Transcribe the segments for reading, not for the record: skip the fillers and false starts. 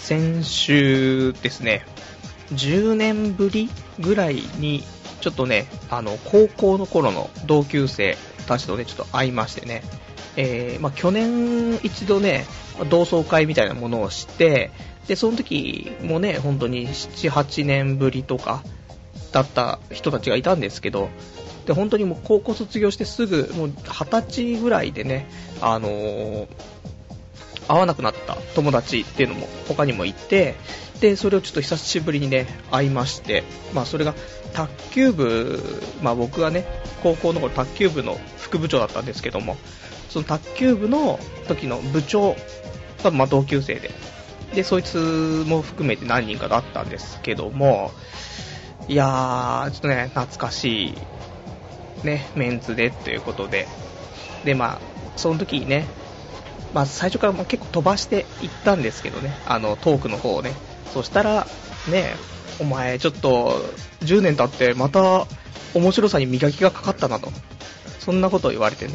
先週ですね、10年ぶりぐらいにちょっとね、高校の頃の同級生たちとねちょっと会いましてね、去年一度ね同窓会みたいなものをして、でその時もね本当に7、8年ぶりとかだった人たちがいたんですけど、で本当にもう高校卒業してすぐもう20歳ぐらいでね、会わなくなった友達っていうのも他にもいて、でそれをちょっと久しぶりにね会いまして、それが卓球部、僕はね高校の頃卓球部の副部長だったんですけども、その卓球部の時の部長が同級生で、そいつも含めて何人かだったんですけども、いやーちょっとね懐かしいねメンツでということで、その時にね、最初から結構飛ばしていったんですけどね、トークの方をね、そしたらね、お前ちょっと10年経ってまた面白さに磨きがかかったなと、そんなことを言われてね、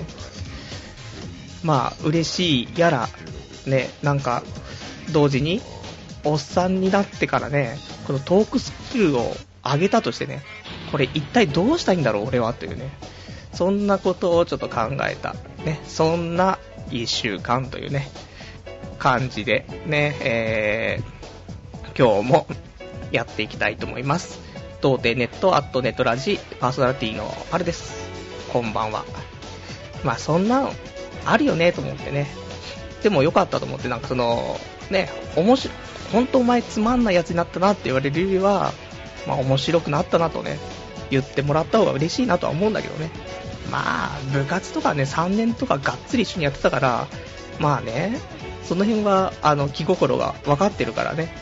嬉しいやらね、なんか同時におっさんになってからね、このトークスキルを上げたとしてね、これ一体どうしたいんだろう俺はというね、そんなことをちょっと考えたね、そんな1週間というね感じでね、今日もやっていきたいと思います。童貞ネットアットネットラジパーソナリティのパルです。こんばんは。そんなのあるよねと思ってね、でもよかったと思って、なんかそのね、本当お前つまんないやつになったなって言われるよりは、面白くなったなとね言ってもらった方が嬉しいなとは思うんだけどね。部活とかね3年とかがっつり一緒にやってたから、その辺は気心が分かってるからね、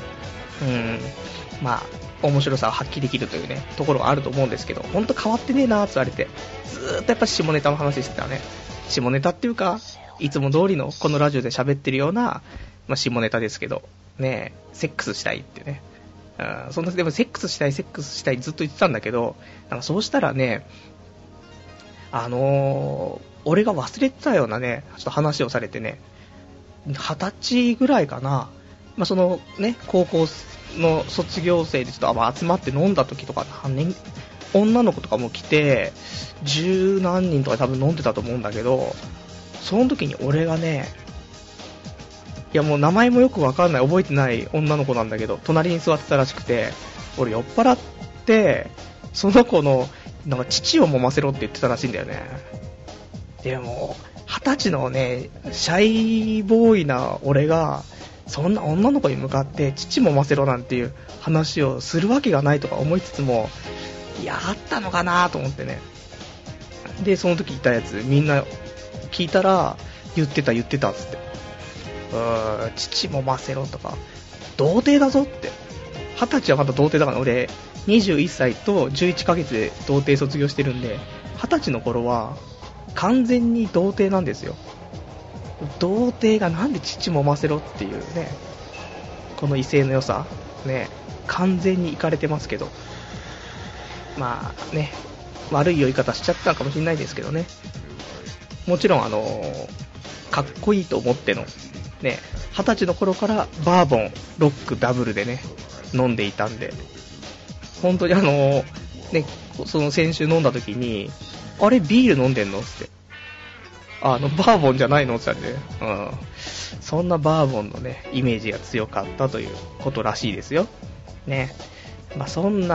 面白さを発揮できるというねところはあると思うんですけど、本当変わってねえなーって言われて、ずーっとやっぱ下ネタの話してたね。下ネタっていうかいつも通りのこのラジオで喋ってるような、下ネタですけどね、セックスしたいってね、そんなでもセックスしたいずっと言ってたんだけど、そうしたらね、俺が忘れてたようなねちょっと話をされてね、20歳ぐらいかな、そのね高校の卒業生でちょっと集まって飲んだ時とか、女の子とかも来て十何人とか多分飲んでたと思うんだけど、その時に俺がね、いやもう名前もよくわかんない覚えてない女の子なんだけど隣に座ってたらしくて、俺酔っ払ってその子のなんか乳を揉ませろって言ってたらしいんだよね。でも20歳のねシャイボーイな俺がそんな女の子に向かって乳揉ませろなんていう話をするわけがないとか思いつつも、いやあったのかなと思ってね。でその時いたやつみんな聞いたら言ってたっつって、乳揉ませろとか童貞だぞって。20歳はまだ童貞だから、俺21歳と11ヶ月で童貞卒業してるんで、20歳の頃は完全に童貞なんですよ。童貞がなんで乳揉ませろっていうね、この威勢の良さね、完全にイカれてますけど、悪い酔い方しちゃったかもしれないですけどね、もちろんかっこいいと思ってのね、20歳の頃からバーボンロックダブルでね飲んでいたんで、本当にその先週飲んだ時に、あれビール飲んでんのって、バーボンじゃないのって言ったんで、そんなバーボンのねイメージが強かったということらしいですよね。そん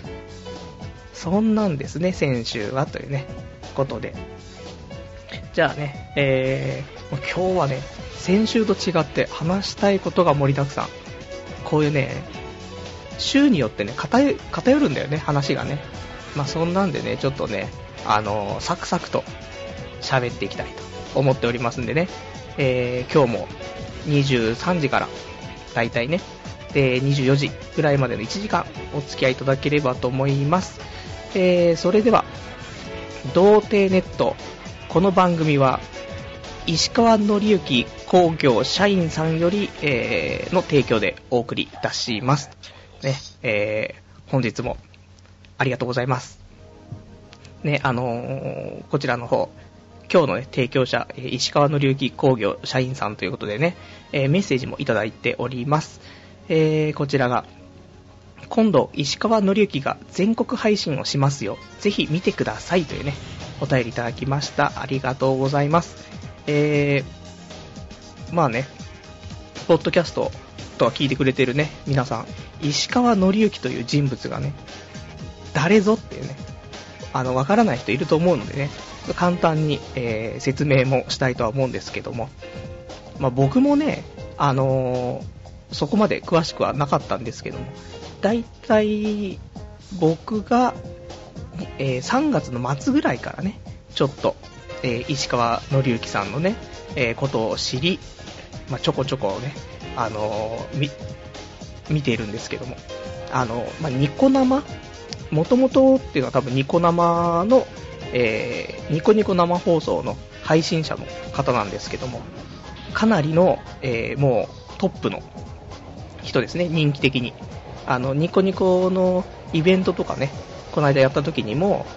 なんですね先週はというねことで、じゃあね、今日はね先週と違って話したいことが盛りだくさん。こういうね週によってね偏るんだよね話がね。そんなんでねちょっとねサクサクと喋っていきたいと思っておりますんでね、今日も23時からだいたいねで24時ぐらいまでの1時間お付き合いいただければと思います。それでは童貞ネット、この番組は石川紀之工業社員さんより、の提供でお送りいたしますね。本日もありがとうございますね。こちらの方今日の、ね、提供者、石川紀之工業社員さんということでね、メッセージもいただいております。こちらが、今度石川紀之が全国配信をしますよ、ぜひ見てくださいというね、お便りいただきました。ありがとうございます。まあね、ポッドキャストとは聞いてくれてるね、皆さん、石川紀之という人物がね、誰ぞっていうね、わからない人いると思うのでね、簡単に、説明もしたいとは思うんですけども、まあ、僕もね、そこまで詳しくはなかったんですけども、だいたい僕が、3月の末ぐらいからね、ちょっと、石川紀之さんのね、ことを知り、まあ、ちょこちょこね、見ているんですけども、まあ、ニコ生、もともとっていうのは多分ニコ生の、ニコニコ生放送の配信者の方なんですけども、かなりの、もうトップの人ですね、人気的に。ニコニコのイベントとかね、この間やった時にも、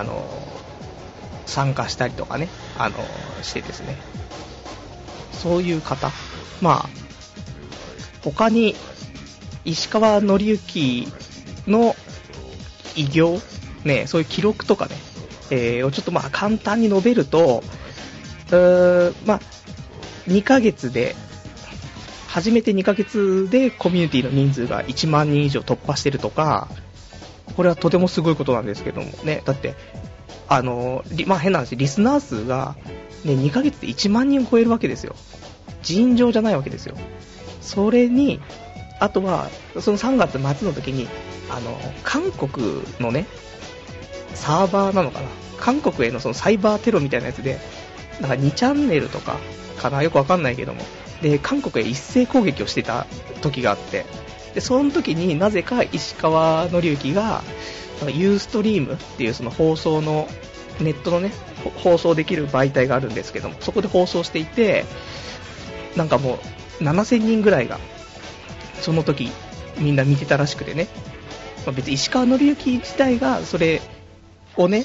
参加したりとかね、してですね、そういう方、まあ、他に石川紀之の偉業、ね、そういう記録とかね、をちょっとまあ簡単に述べると、まあ、2ヶ月で、初めて2ヶ月でコミュニティの人数が1万人以上突破してるとか、これはとてもすごいことなんですけどもね、だって、まあ変な話、リスナー数が、ね、2ヶ月で1万人を超えるわけですよ。尋常じゃないわけですよ。それに、あとは、その3月末の時に、韓国のね、サーバーなのかな、韓国へのそのサイバーテロみたいなやつで、なんか2チャンネルとかかな、よくわかんないけども、で、韓国へ一斉攻撃をしてた時があって、で、その時になぜか石川紀之が、ユーストリームっていうその放送の、ネットのね、放送できる媒体があるんですけども、そこで放送していて、なんかもう7000人ぐらいがその時みんな見てたらしくてね、まあ、別に石川紀之自体がそれをね、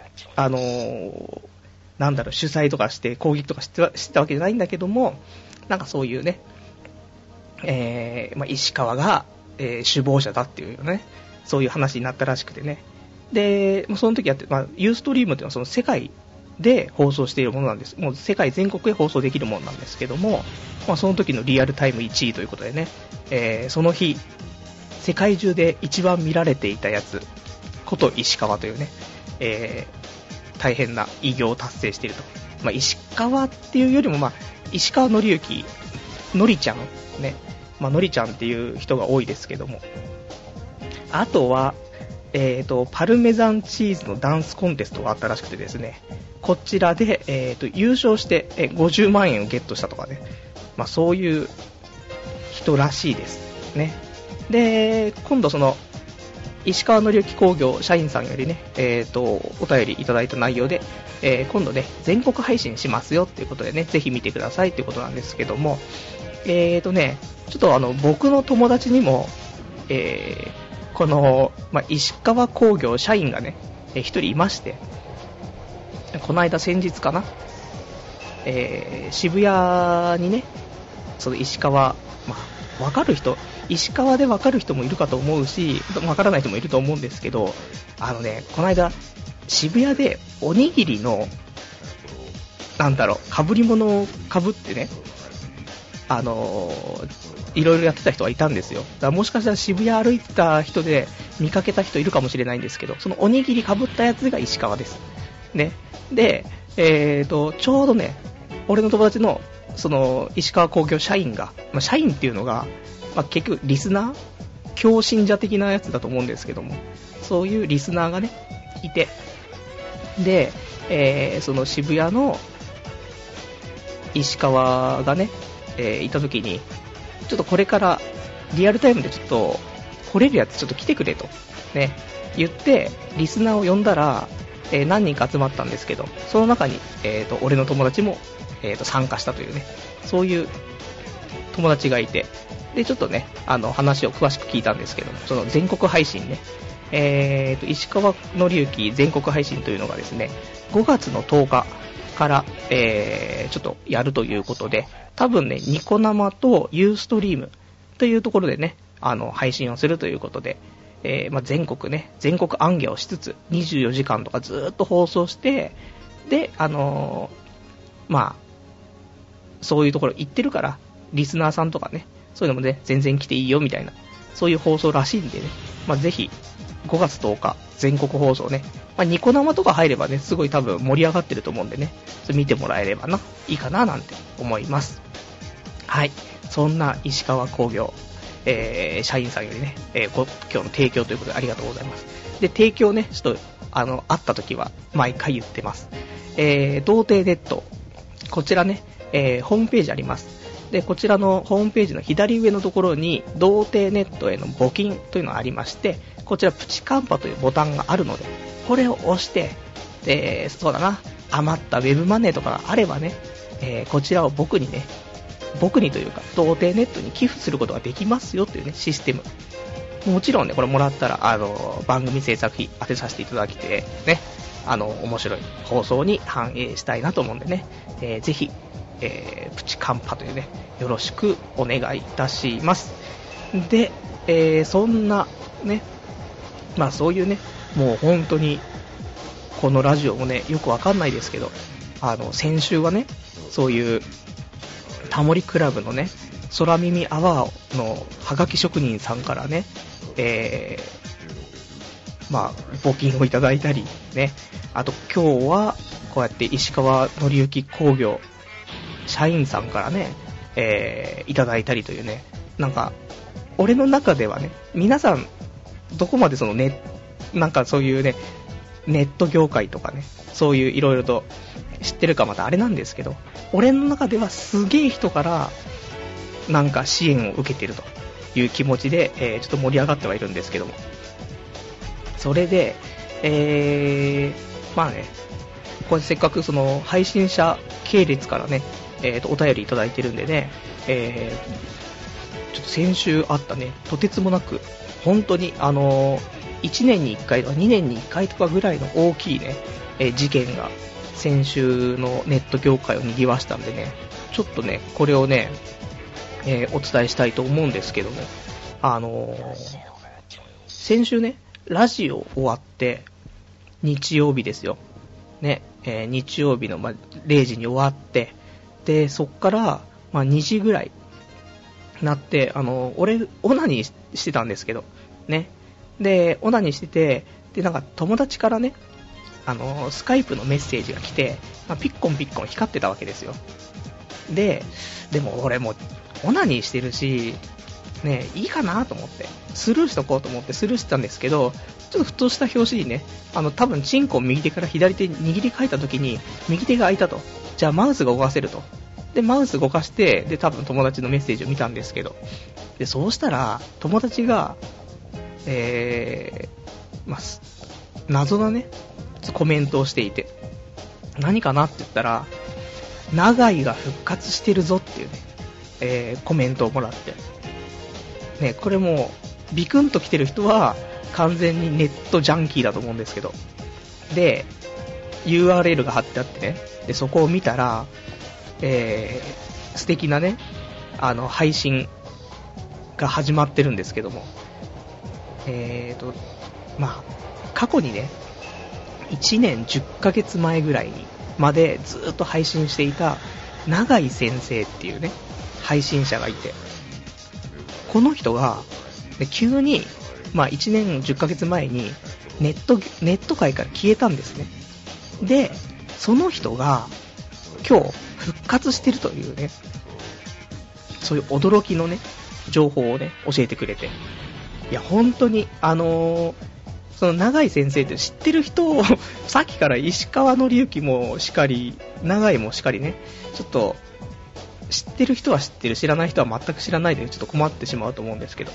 なんだろう、主催とかして攻撃とかしてたわけじゃないんだけども、なんかそういうね、まあ、石川が、首謀者だっていうね、そういう話になったらしくてね。で、その時やって、まあ、ユーストリームっていうのはその世界で放送しているものなんです。もう世界全国で放送できるものなんですけども、まあ、その時のリアルタイム1位ということでね、その日世界中で一番見られていたやつこと石川というね、大変な偉業を達成していると。まあ、石川っていうよりも、まあ、石川紀之、のりちゃんね、まあ、のりちゃんっていう人が多いですけども、あとは、パルメザンチーズのダンスコンテストがあったらしくてですね、こちらで、優勝して、50万円をゲットしたとかね、まあ、そういう人らしいですね。で、今度その石川紀之工業社員さんよりね、お便りいただいた内容で、今度ね、全国配信しますよっていうことでね、ぜひ見てくださいっていうことなんですけども、ね、ちょっと僕の友達にも、この、まあ、石川工業社員がね、一人いまして、この間先日かな、渋谷にね、その石川、まあ、わかる人、石川でわかる人もいるかと思うし、わからない人もいると思うんですけど、この間、渋谷でおにぎりの、なんだろう、被り物を被ってね、いろいろやってた人がいたんですよ。だからもしかしたら渋谷歩いてた人で見かけた人いるかもしれないんですけど、そのおにぎり被ったやつが石川です。ね。で、ちょうどね、俺の友達の、その、石川工業社員が、まあ、社員っていうのが、まあ、結局リスナー強信者的なやつだと思うんですけども、そういうリスナーがね、いて、で、その渋谷の石川がね、いた時に、ちょっとこれからリアルタイムでちょっと来れるやつちょっと来てくれとね言ってリスナーを呼んだら、何人か集まったんですけど、その中に、俺の友達も、参加したというね、そういう友達がいて、でちょっとね話を詳しく聞いたんですけども、その全国配信ね、石川紀之全国配信というのがですね、5月の10日から、ちょっとやるということで、多分ね、ニコ生とユーストリームというところでね、配信をするということで、全国行脚をしつつ、24時間とかずーっと放送して、で、そういうところ行ってるから、リスナーさんとかね、そういうのもね、全然来ていいよみたいな、そういう放送らしいんでね、ぜひ、5月10日、全国放送ね、ニコ生とか入ればね、すごい多分盛り上がってると思うんでね、それ見てもらえればいいかななんて思います。はい。そんな石川工業、社員さんよりね、今日の提供ということでありがとうございます。で、提供ね、ちょっと、会った時は毎回言ってます。童貞ネット、こちらね、ホームページあります。で、こちらのホームページの左上のところに、童貞ネットへの募金というのがありまして、こちらプチカンパというボタンがあるので、これを押して、そうだな、余ったウェブマネーとかがあればね、こちらを僕にというか、童貞ネットに寄付することができますよというね、システム。もちろんね、これもらったら、番組制作費当てさせていただきて、ね、面白い放送に反映したいなと思うんでね、ぜひ、プチカンパというね、よろしくお願いいたします。で、そんなね、そういうね、もう本当に、このラジオもね、よくわかんないですけど、先週はね、そういう、タモリクラブのね、空耳アワーのハガキ職人さんからね、募金をいただいたり、ね、あと今日は、こうやって石川紀之工業、社員さんからね、いただいたりというね、なんか、俺の中ではね、皆さん、どこまでなんかそういうね、ネット業界とかね、そういういろいろと知ってるかまたあれなんですけど、俺の中ではすげえ人からなんか支援を受けてるという気持ちで、ちょっと盛り上がってはいるんですけども、それで、これせっかくその配信者系列からね、お便りいただいてるんでね、ちょっと先週あったね、とてつもなく本当に1年に1回とか2年に1回とかぐらいの大きいね、事件が先週のネット業界を賑わしたんでね、ちょっとね、これをね、お伝えしたいと思うんですけども、先週ね、ラジオ終わって、日曜日ですよ。ね、日曜日の、0時に終わって、で、そっから、2時ぐらいなって、俺、オナニーしてたんですけど、ね。で、オナニーしてて、で、なんか友達からね、スカイプのメッセージが来て、ピッコンピッコン光ってたわけですよ。でも俺もオナニーしてるし、ね、いいかなと思って、スルーしとこうと思ってスルーしてたんですけど、ちょっとふとした拍子にね、多分チンコを右手から左手に握り替えた時に、右手が空いたと。じゃあマウスが動かせると。で、マウス動かして、で、多分友達のメッセージを見たんですけど、で、そうしたら、友達が、謎なね、コメントをしていて、何かなって言ったら、長井が復活してるぞっていうね、コメントをもらって、ね、これもうビクンと来てる人は完全にネットジャンキーだと思うんですけど、で URL が貼ってあってね、でそこを見たら、素敵なね、配信が始まってるんですけども、過去にね、1年10ヶ月前ぐらいにまでずっと配信していた永井先生っていうね、配信者がいて、この人が急に、1年10ヶ月前にネット界から消えたんですね。で、その人が今日復活してるというね、そういう驚きのね、情報をね、教えてくれて、いや本当にその永井先生って知ってる人をさっきから石川紀之もしかり、永井もしかりね、ちょっと知ってる人は知ってる、知らない人は全く知らないでちょっと困ってしまうと思うんですけど、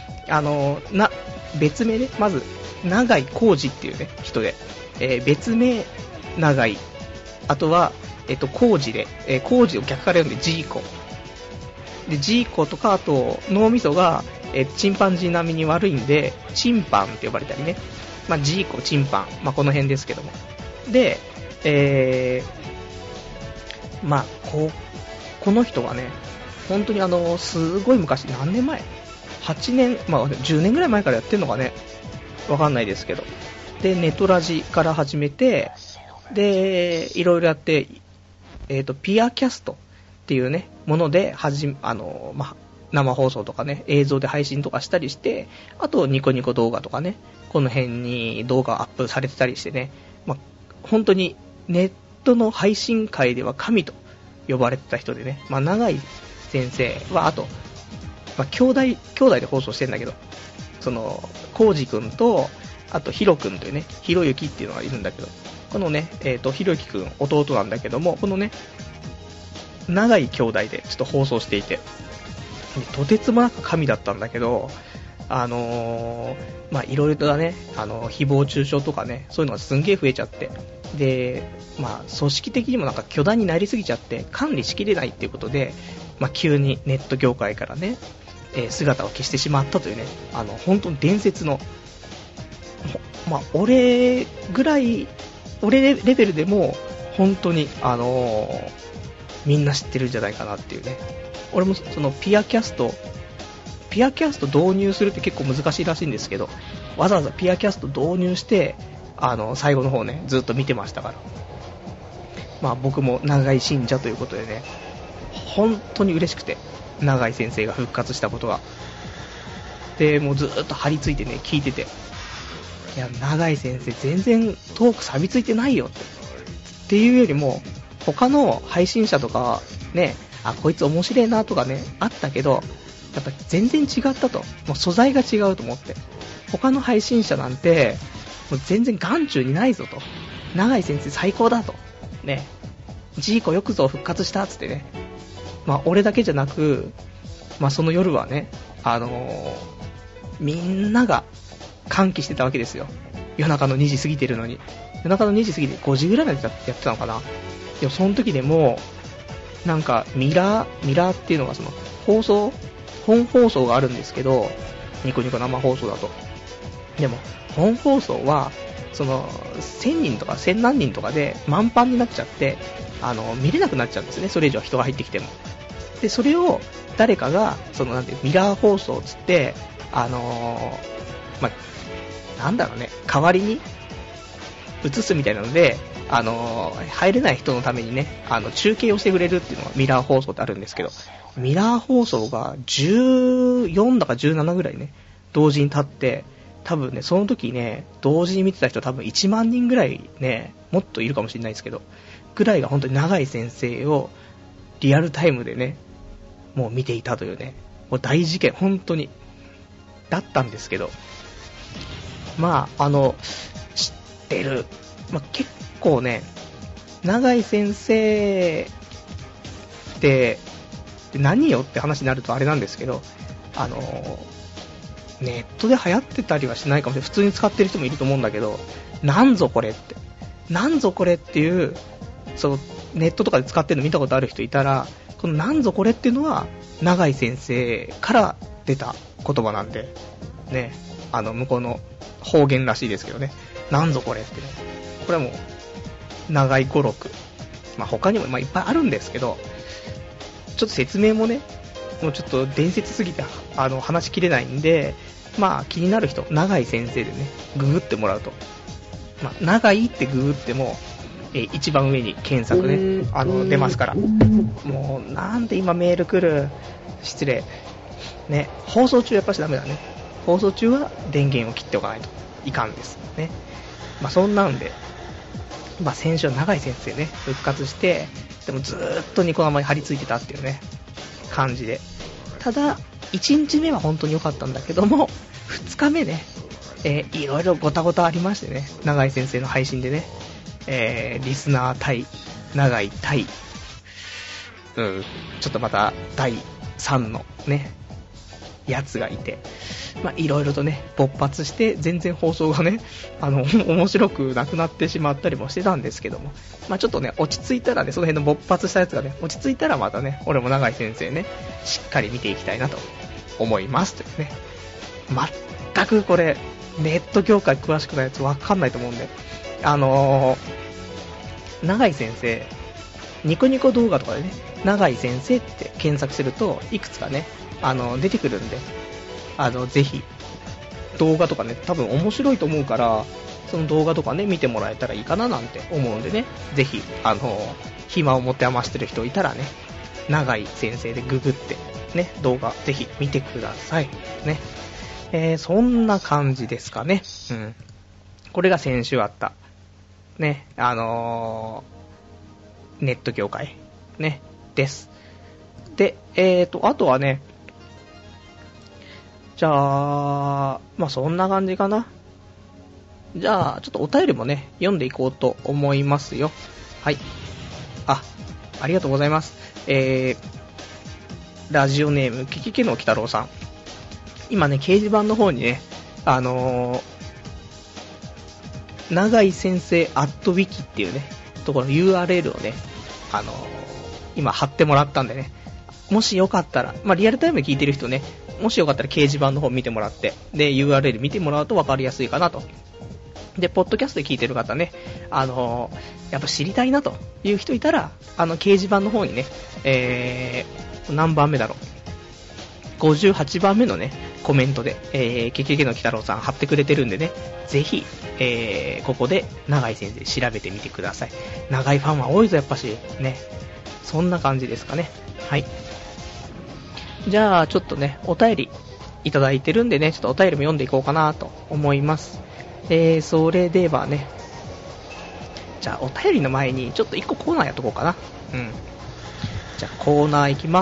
別名ね、まず永井浩二っていうね人で、別名永井、あとは浩二で、浩二を逆から読んでジーコで、ジーコとか、あと脳みそがチンパンジー並みに悪いんでチンパンって呼ばれたりね、ジーコ、チンパン、この辺ですけども、で、 まあこの人はね、本当にすごい昔、何年前 ?8 年、まあ10年ぐらい前からやってるのかね、わかんないですけど、でネトラジから始めて、でいろいろやって、ピアキャストっていうねもので生放送とかね、映像で配信とかしたりして、あとニコニコ動画とかね、この辺に動画アップされてたりしてね、まあ、本当にネットの配信界では神と呼ばれてた人でね、まあ、永井先生はあと、まあ、兄弟で放送してるんだけど、そのコウジ君とあとヒロ君というね、ヒロユキっていうのがいるんだけど、このね、ヒロユキ君弟なんだけども、このね永井兄弟でちょっと放送していて、とてつもなく神だったんだけど、まあいろいろとね、誹謗中傷とかね、そういうのがすんげえ増えちゃって、で、まあ組織的にもなんか巨大になりすぎちゃって管理しきれないっていうことで、まあ急にネット業界からね、姿を消してしまったというね、本当に伝説の、まあ俺レベルでも本当にみんな知ってるんじゃないかなっていうね。俺もそのピアキャスト導入するって結構難しいらしいんですけど、わざわざピアキャスト導入して最後の方ねずっと見てましたから、まあ僕も長井信者ということでね、本当に嬉しくて、長井先生が復活したことが、でもうずっと張り付いてね聞いてて、いや長井先生全然トーク錆びついてないよっていうよりも、他の配信者とかね、こいつ面白いなとかねあったけど、やっぱ全然違ったと、もう素材が違うと思って、他の配信者なんてもう全然眼中にないぞと、永井先生最高だとね、ジーコよくぞ復活したっつってね、まあ俺だけじゃなく、まあその夜はね、みんなが歓喜してたわけですよ。夜中の2時過ぎてるのに、夜中の2時過ぎて5時ぐらいまでやってたのかな。でもその時でもなんかミラーっていうのがその本放送があるんですけど、ニコニコ生放送だと、でも本放送はその1000人とか1000何人とかで満帆になっちゃって見れなくなっちゃうんですね、それ以上人が入ってきても。でそれを誰かがそのなんてミラー放送つってまあ、なんだろうね、代わりに映すみたいなので入れない人のためにね中継をしてくれるっていうのがミラー放送ってあるんですけど、ミラー放送が14だか17ぐらいね同時に立って、多分ねその時ね同時に見てた人多分1万人ぐらいね、もっといるかもしれないですけどぐらいが本当に長井先生をリアルタイムでねもう見ていたというね、もう大事件本当にだったんですけど、まあ知ってる、まあ、結構ね永井先生って何よって話になるとあれなんですけど、ネットで流行ってたりはしないかもしれない、普通に使ってる人もいると思うんだけど、なんぞこれっていうそのネットとかで使ってるの見たことある人いたら、このなんぞこれっていうのは永井先生から出た言葉なんでね、向こうの方言らしいですけどね、なんぞこれってね、これはもう長い語録、まあ、他にもいっぱいあるんですけど、ちょっと説明もねもうちょっと伝説すぎて話しきれないんで、まあ気になる人長井先生でねググってもらうと、まあ、長井ってググっても一番上に検索ね出ますから。もうなんで今メール来る、失礼ね、放送中やっぱしダメだね、放送中は電源を切っておかないといかんですね。まあそんなんで、まあ先週は永井先生ね復活して、でもずーっとニコ生に張り付いてたっていうね感じで、ただ1日目は本当に良かったんだけども、2日目ね、いろいろごたごたありましてね、永井先生の配信でね、リスナー対永井対ちょっとまた第3のねやつがいて、まあいろいろとね勃発して全然放送がね面白くなくなってしまったりもしてたんですけども、まあちょっとね落ち着いたらね、その辺の勃発したやつがね落ち着いたらまたね俺も永井先生ねしっかり見ていきたいなと思いますというね。全くこれネット業界詳しくないやつわかんないと思うんで、永井先生ニコニコ動画とかでね、永井先生って検索すると、いくつかね、出てくるんで、ぜひ、動画とかね、多分面白いと思うから、その動画とかね、見てもらえたらいいかななんて思うんでね、ぜひ、暇を持て余してる人いたらね、永井先生でググって、ね、動画ぜひ見てください。ね。そんな感じですかね。うん。これが先週あった、ね、ネット業界、ね、です。で、あとはね、じゃあ、まあそんな感じかな。じゃあ、ちょっとお便りもね、読んでいこうと思いますよ。はい。ありがとうございます。ラジオネーム、キキケの鬼太郎さん。今ね、掲示板の方にね、永井先生@wiki っていうね、ところの URL をね、今貼ってもらったんでね、もしよかったら、まあ、リアルタイムで聞いてる人ね、もしよかったら掲示板の方見てもらって、で、URL 見てもらうと分かりやすいかなと。で、ポッドキャストで聞いてる方ね、やっぱ知りたいなという人いたら、掲示板の方にね、何番目だろう。58番目のね、コメントで、KKK の鬼太郎さん貼ってくれてるんでね、ぜひ、ここで永井先生調べてみてください。永井ファンは多いぞ、やっぱし。ね。そんな感じですかね。はい。じゃあ、ちょっとね、お便りいただいてるんでね、ちょっとお便りも読んでいこうかなと思います。それではね、じゃあお便りの前にちょっと1個コーナーやっとこうかな。うん。じゃあコーナーいきます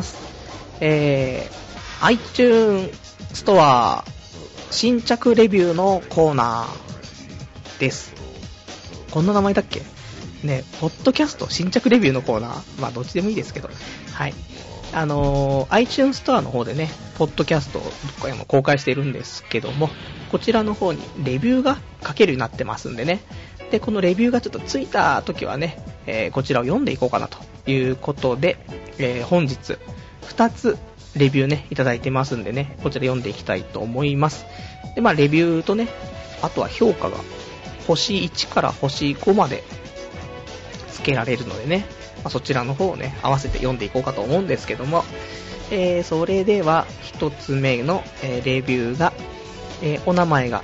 。iTunes ストア新着レビューのコーナーです。こんな名前だっけね、ポッドキャスト新着レビューのコーナー。まあどっちでもいいですけど。はい。iTunes ストアの方でね、ポッドキャストを公開しているんですけども、こちらの方にレビューが書けるようになってますんでね。で、このレビューがちょっとついた時はね、こちらを読んでいこうかなということで、本日2つレビューね、いただいてますんでね、こちら読んでいきたいと思います。で、まあレビューとね、あとは評価が星1から星5までつけられるのでね、まあ、そちらの方をね、合わせて読んでいこうかと思うんですけども、それでは1つ目の、レビューが、お名前が、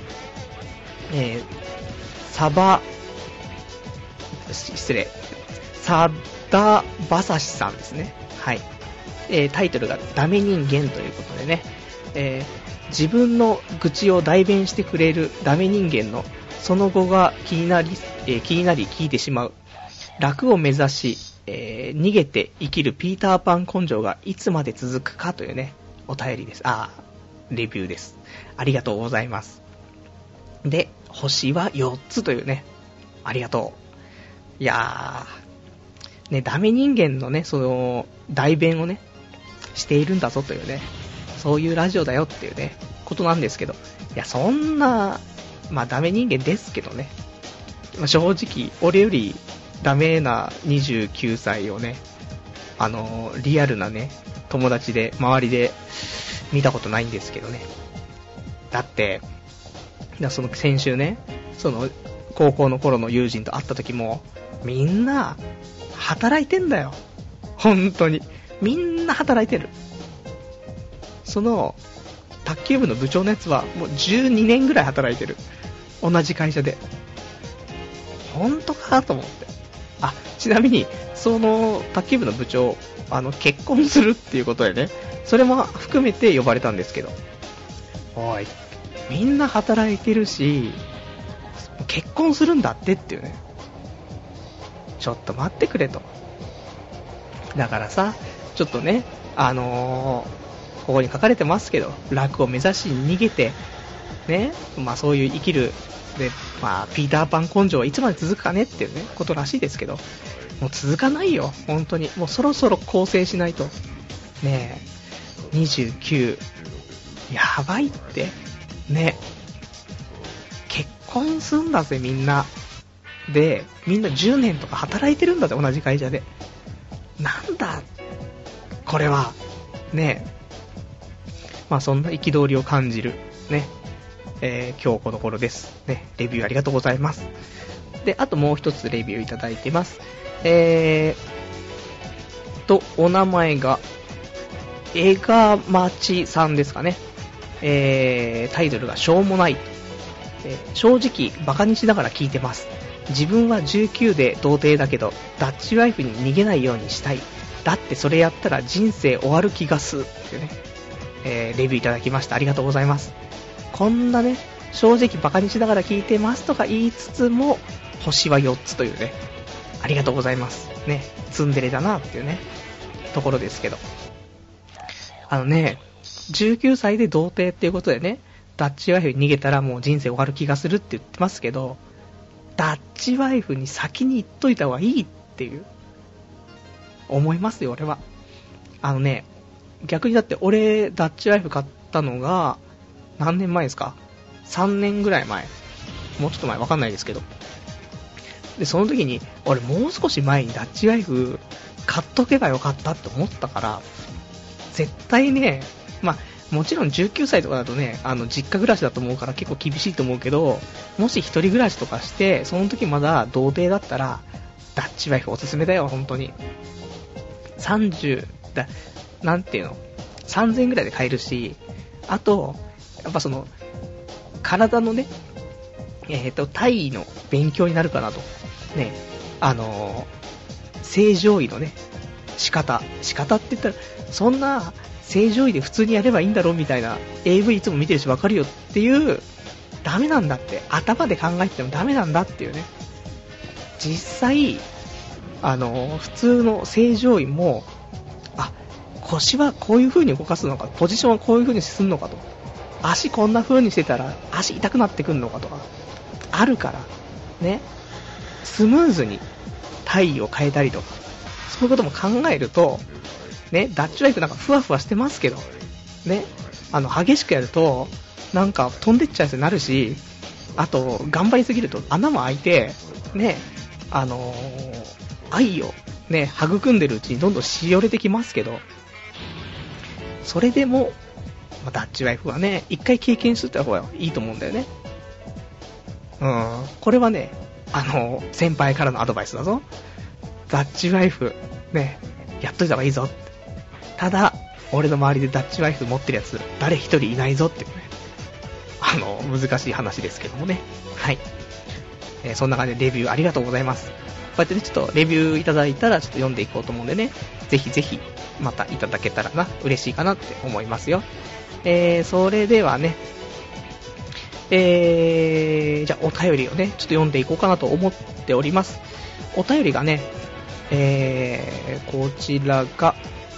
サダバサシさんですね。はい。タイトルがダメ人間ということでね、自分の愚痴を代弁してくれるダメ人間のその後が気になり聞いてしまう。楽を目指し、逃げて生きるピーターパン根性がいつまで続くかというね、お便りです。レビューです。ありがとうございます。で、星は4つというね、ありがとう。いやー、ね、ダメ人間のね、その、代弁をね、しているんだぞというね、そういうラジオだよっていうね、ことなんですけど、いや、そんな、まあダメ人間ですけどね、まあ、正直、俺よりダメな29歳をね、リアルなね、友達で、周りで見たことないんですけどね。だって、その先週ね、その高校の頃の友人と会った時も、みんな働いてんだよ。本当に。みんな働いてる。その、卓球部の部長のやつはもう12年ぐらい働いてる。同じ会社で。本当かと思って。ちなみに、その卓球部の部長、結婚するっていうことでね、それも含めて呼ばれたんですけど、おい、みんな働いてるし、結婚するんだってっていうね。ちょっと待ってくれと。だからさ、ちょっとね、ここに書かれてますけど、楽を目指し逃げて、ね、まあそういう生きる、で、まあピーターパン根性はいつまで続くかねっていうね、ことらしいですけど、もう続かないよ、本当に。もうそろそろ更生しないと。ねえ、29、やばいって。ね、結婚すんだぜみんな。で、みんな10年とか働いてるんだぜ、同じ会社で。なんだこれはねえ、まあそんな憤りを感じるね、今日この頃ですね。レビューありがとうございます。で、あともう一つレビューいただいてます。 お名前が、江賀町さんですかね。タイトルがしょうもない。正直、バカにしながら聞いてます。自分は19で童貞だけど、ダッチワイフに逃げないようにしたい。だってそれやったら人生終わる気がする。ってね、レビューいただきました。ありがとうございます。こんなね、正直バカにしながら聞いてますとか言いつつも、星は4つというね、ありがとうございます。ね、ツンデレだなっていうね、ところですけど。19歳で童貞っていうことでね、ダッチワイフに逃げたらもう人生終わる気がするって言ってますけど、ダッチワイフに先に言っといた方がいいっていう、思いますよ、俺は。逆にだって俺、ダッチワイフ買ったのが、何年前ですか ?3 年ぐらい前。もうちょっと前、わかんないですけど。で、その時に、俺もう少し前にダッチワイフ買っとけばよかったって思ったから、絶対ね、もちろん19歳とかだとね、実家暮らしだと思うから結構厳しいと思うけど、もし一人暮らしとかして、その時まだ童貞だったら、ダッチワイフおすすめだよ、本当に。30、なんていうの ?3000 円ぐらいで買えるし、あと、やっぱその、体のね、体位の勉強になるかなと。ね、正常位のね、仕方って言ったら、そんな、正常位で普通にやればいいんだろうみたいな AV いつも見てるし分かるよっていう、ダメなんだって、頭で考えてもダメなんだっていうね。実際普通の正常位も、腰はこういう風に動かすのか、ポジションはこういう風にするのかと、足こんな風にしてたら足痛くなってくるのかとかあるからね、スムーズに体位を変えたりとか、そういうことも考えるとね、ダッチワイフなんかふわふわしてますけど、ね、激しくやると、なんか飛んでっちゃうやつになるし、あと、頑張りすぎると穴も開いて、ね、愛をね、育んでるうちにどんどんしおれてきますけど、それでも、ダッチワイフはね、一回経験するって方がいいと思うんだよね。これはね、先輩からのアドバイスだぞ。ダッチワイフ、ね、やっといた方がいいぞって。ただ、俺の周りでダッチワイフ持ってるやつ、誰一人いないぞっていうね。難しい話ですけどもね。はい。そんな感じでレビューありがとうございます。こうやってね、ちょっとレビューいただいたら、ちょっと読んでいこうと思うんでね。ぜひぜひ、またいただけたらな、嬉しいかなって思いますよ。それではね、じゃあお便りをね、ちょっと読んでいこうかなと思っております。お便りがね、こちらが、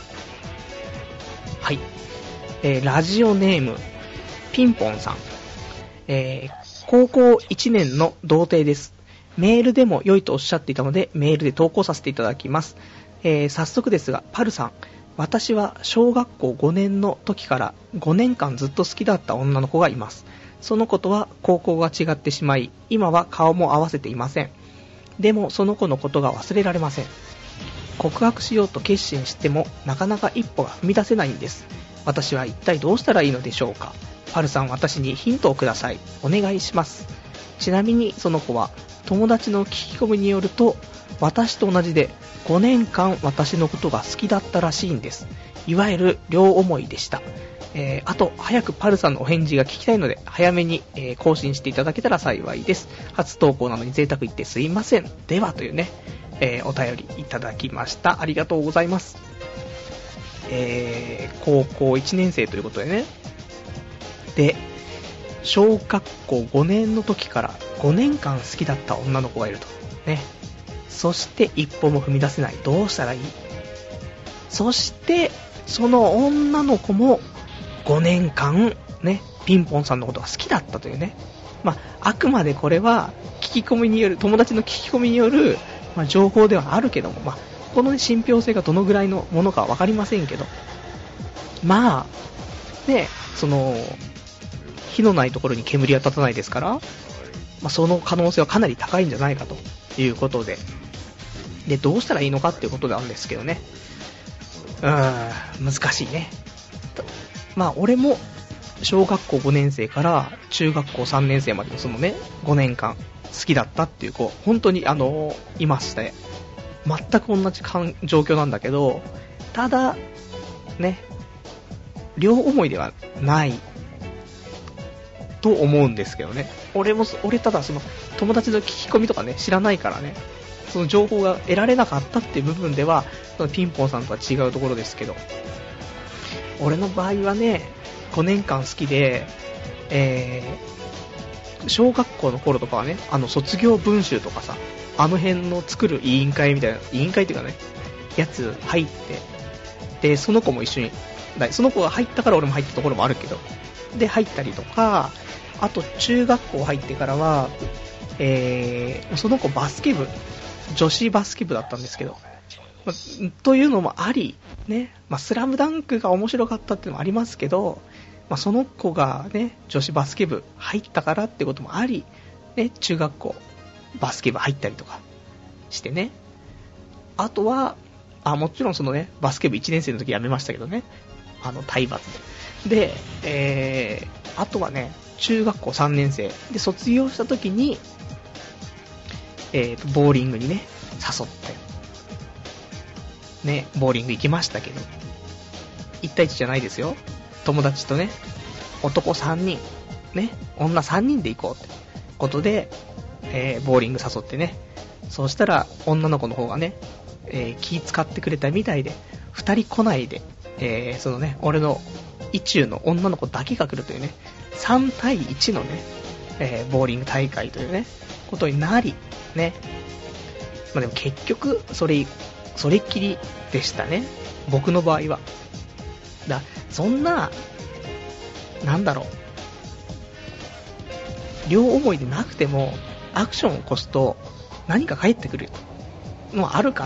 はい、ラジオネームピンポンさん、高校1年の童貞です。メールでも良いとおっしゃっていたのでメールで投稿させていただきます。早速ですが、パルさん、私は小学校5年の時から5年間ずっと好きだった女の子がいます。その子とは高校が違ってしまい、今は顔も合わせていません。でもその子のことが忘れられません。告白しようと決心してもなかなか一歩が踏み出せないんです。私は一体どうしたらいいのでしょうか。パルさん、私にヒントをください。お願いします。ちなみにその子は友達の聞き込みによると、私と同じで5年間私のことが好きだったらしいんです。いわゆる両思いでした。あと早くパルさんのお返事が聞きたいので早めに、更新していただけたら幸いです。初投稿なのに贅沢言ってすいません。ではというね、お便りいただきました。ありがとうございます。高校1年生ということでね。で、小学校5年の時から5年間好きだった女の子がいるとね。そして一歩も踏み出せない。どうしたらいい？そしてその女の子も5年間ね、ピンポンさんのことが好きだったというね。あくまでこれは聞き込みによる、友達の聞き込みによる、情報ではあるけども、この、ね、信憑性がどのぐらいのものかは分かりませんけど、ね、その火のないところに煙は立たないですから、その可能性はかなり高いんじゃないかということで、どうしたらいいのかっていうことなんですけどね。難しいね。俺も小学校5年生から中学校3年生までのそのね5年間好きだったっていう子、本当にいまして、 全く同じ状況なんだけど、ただね、両思いではないと思うんですけどね。俺ただその友達の聞き込みとかね知らないからね、その情報が得られなかったっていう部分ではそのピンポンさんとは違うところですけど、俺の場合はね、5年間好きで、小学校の頃とかはね、卒業文集とかさ、あの辺の作る委員会みたいな、委員会っていうかね、やつ入って、で、その子も一緒に、その子が入ったから俺も入ったところもあるけど、で、入ったりとか、あと中学校入ってからは、その子バスケ部、女子バスケ部だったんですけど、というのもあり、ね、スラムダンクが面白かったっていうのもありますけど、その子がね、女子バスケ部入ったからってこともあり、ね、中学校バスケ部入ったりとかしてね。あとは、もちろんそのね、バスケ部1年生の時辞めましたけどね、体罰で。で、あとはね、中学校3年生で卒業した時に、ボーリングにね、誘って、ね、ボーリング行きましたけど、1対1じゃないですよ。友達とね、男3人、ね、女3人で行こうってことで、ボーリング誘ってね、そうしたら女の子の方がね、気使ってくれたみたいで、2人来ないで、そのね、俺の意中の女の子だけが来るというね、3対1のね、ボーリング大会というね、ことになり、ね、でも結局、それっきりでしたね、僕の場合は。そんな、なんだろう、両思いでなくてもアクションを起こすと何か返ってくるのはあるから、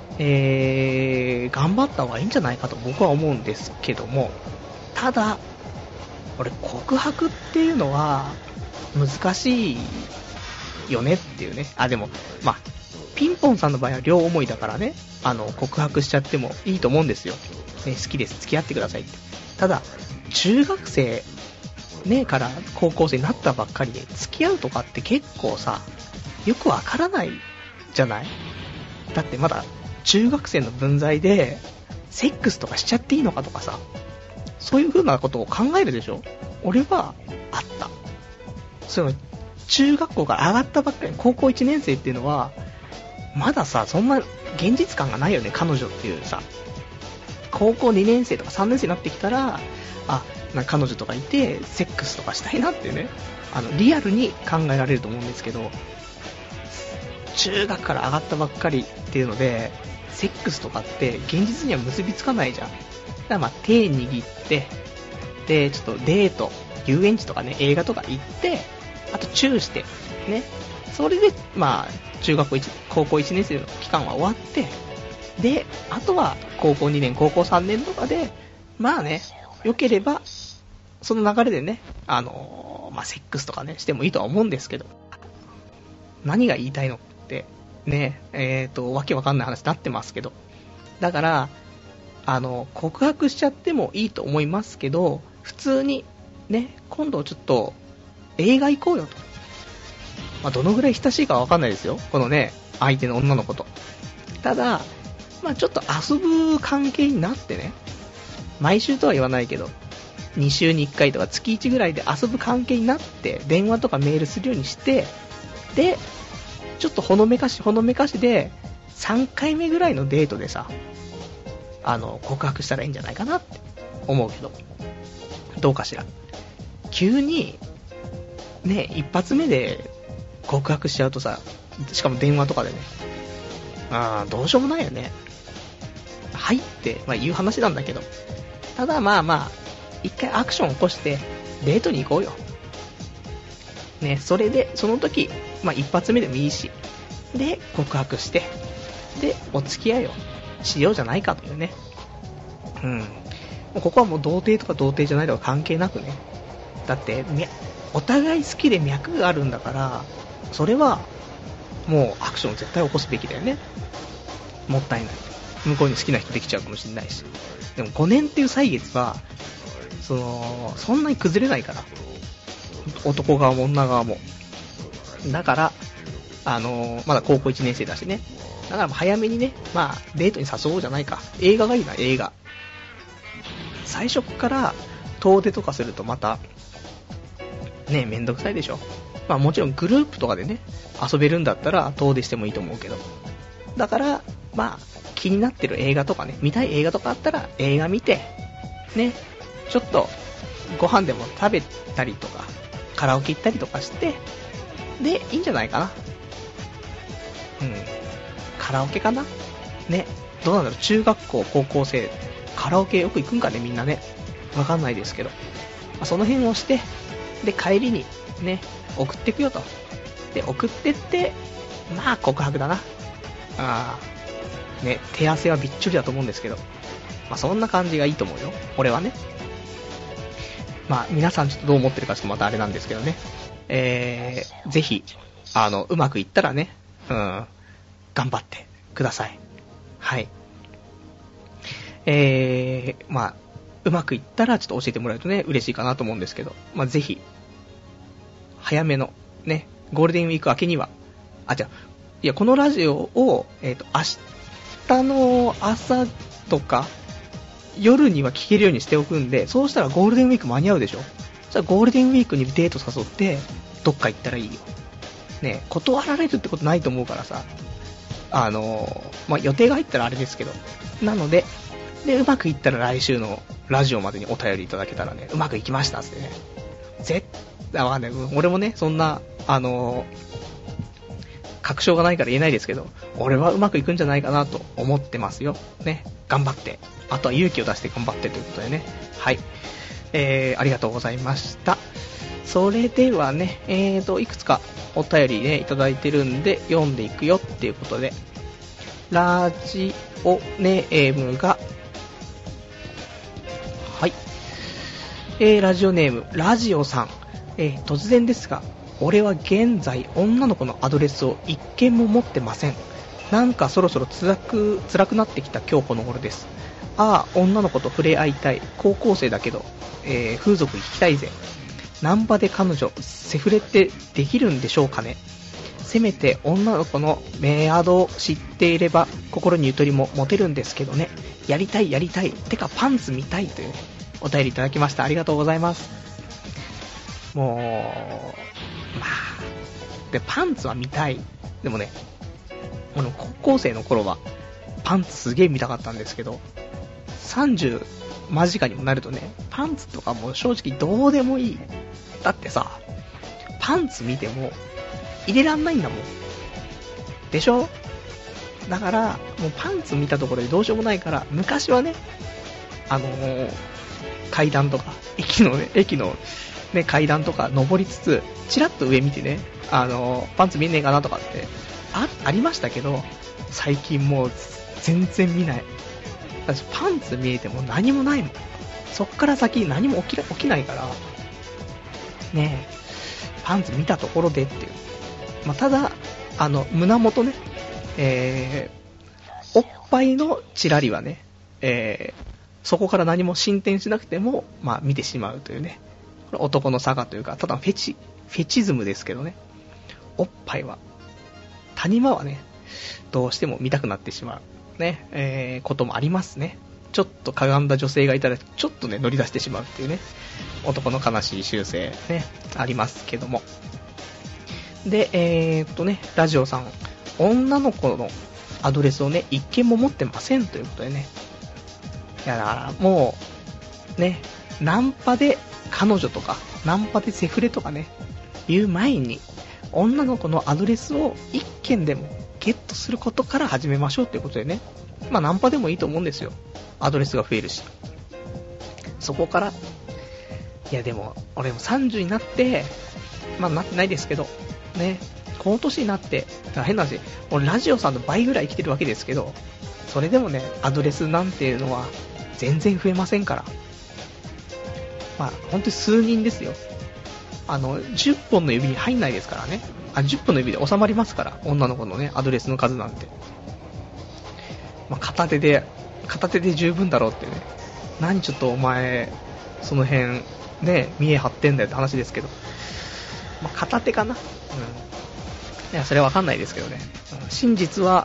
頑張った方がいいんじゃないかと僕は思うんですけども、ただ俺告白っていうのは難しいよねっていうね。でもピンポンさんの場合は両思いだからね、告白しちゃってもいいと思うんですよ、ね、好きです、付き合ってくださいって。ただ中学生ねから高校生になったばっかりで付き合うとかって結構さ、よくわからないじゃない。だってまだ中学生の分際でセックスとかしちゃっていいのかとかさ、そういう風なことを考えるでしょ。俺はあった。その中学校から上がったばっかり、高校1年生っていうのはまださ、そんな現実感がないよね、彼女っていうさ。高校2年生とか3年生になってきたら、なんか彼女とかいてセックスとかしたいなってね、リアルに考えられると思うんですけど、中学から上がったばっかりっていうのでセックスとかって現実には結びつかないじゃん。だから手握って、でちょっとデート、遊園地とかね、映画とか行って、あとチューしてね、それで中学校高校1年生の期間は終わって、であとは高校2年高校3年とかで良ければその流れでね、セックスとかねしてもいいとは思うんですけど、何が言いたいのってね、わけわかんない話になってますけど、だから告白しちゃってもいいと思いますけど、普通にね、今度ちょっと映画行こうよと。どのぐらい親しいかはわかんないですよ、このね、相手の女の子と。ただちょっと遊ぶ関係になってね、毎週とは言わないけど2週に1回とか月1ぐらいで遊ぶ関係になって、電話とかメールするようにして、でちょっとほのめかしで3回目ぐらいのデートでさ、告白したらいいんじゃないかなって思うけど、どうかしら。急にね、一発目で告白しちゃうとさ、しかも電話とかでね、どうしようもないよね。はいって、言う話なんだけど、ただ一回アクション起こしてデートに行こうよね。それでその時一発目でもいいし、で告白して、でお付き合いをしようじゃないかというね。ここはもう童貞とか童貞じゃないとか関係なくね、だってお互い好きで脈があるんだから、それはもうアクションを絶対起こすべきだよね。もったいない。向こうに好きな人できちゃうかもしれないし。でも5年っていう歳月はそんなに崩れないから、男側も女側も。だからまだ高校1年生だしね、 だから早めにね、まあデートに誘おうじゃないか。映画がいいな、映画。最初から遠出とかするとまたね、めんどくさいでしょ。まあもちろんグループとかでね遊べるんだったら遠出してもいいと思うけど、だからまあ気になってる映画とかね、見たい映画とかあったら映画見てね、ちょっとご飯でも食べたりとかカラオケ行ったりとかしてでいいんじゃないかな。カラオケかなね。どうなんだろう、中学校高校生カラオケよく行くんかね、みんなね。わかんないですけど、その辺をしてで帰りにね送ってくよと。で送ってってまあ告白だな。ね、手汗はびっちょりだと思うんですけど、そんな感じがいいと思うよ、俺はね。皆さんちょっとどう思ってるかちょっとまたあれなんですけどね。ぜひうまくいったらね、頑張ってください。はい。うまくいったらちょっと教えてもらえるとね嬉しいかなと思うんですけど、ぜひ早めのねゴールデンウィーク明けには、このラジオを明日の朝とか夜には聞けるようにしておくんで、そうしたらゴールデンウィーク間に合うでしょ。じゃあゴールデンウィークにデート誘ってどっか行ったらいいよね。断られるってことないと思うからさ、予定が入ったらあれですけど、なのでうまくいったら来週のラジオまでにお便りいただけたらね、うまくいきましたってね、わかんない、俺もねそんな確証がないから言えないですけど、俺はうまくいくんじゃないかなと思ってますよね。頑張って、あとは勇気を出して頑張ってということでね。はい、ありがとうございました。それではね、いくつかお便りねいただいてるんで読んでいくよっていうことで、ラジオネームがラジオネームラジオさん、突然ですが、俺は現在女の子のアドレスを一件も持ってません。なんかそろそろ辛くなってきた今日この頃です。女の子と触れ合いたい、高校生だけど、風俗行きたいぜ。ナンパで彼女セフレってできるんでしょうかね。せめて女の子のメアドを知っていれば心にゆとりも持てるんですけどね。やりたいてかパンツ見たいというお便りいただきました。ありがとうございます。もうでパンツは見たい。でもね、高校生の頃はパンツすげえ見たかったんですけど、30間近にもなるとね、パンツとかもう正直どうでもいい。だってさ、パンツ見ても入れらんないんだもんでしょ。だからもうパンツ見たところでどうしようもないから、昔はね階段とか駅のね階段とか登りつつチラッと上見てね、パンツ見えねえかなとかってありましたけど、最近もう全然見ない。私パンツ見えても何もないもん。そっから先何も起きないからねえ、パンツ見たところでっていう。ただ胸元ね、おっぱいのチラリはね、そこから何も進展しなくても見てしまうというね、これ男の差がというか、ただフェチズムですけどね。おっぱいは谷間はねどうしても見たくなってしまうね、こともありますね。ちょっとかがんだ女性がいたらちょっとね乗り出してしまうっていうね、男の悲しい習性ねありますけども。でラジオさん、女の子のアドレスをね一件も持ってませんということでね。いやだからもうね、ナンパで彼女とかナンパでセフレとかね言う前に、女の子のアドレスを一件でもゲットすることから始めましょうということでね。ナンパでもいいと思うんですよ。アドレスが増えるし、そこから。いやでも俺も30になってなってないですけどね、この年になって変な話、俺ラジオさんの倍ぐらい生きてるわけですけど、それでもねアドレスなんていうのは全然増えませんから。本当に数人ですよ。10本の指に入んないですからね。10本の指で収まりますから、女の子のねアドレスの数なんて。片手で十分だろうっていうね。何ちょっとお前その辺ね見え張ってんだよって話ですけど、片手かな。いやそれはわかんないですけどね。真実は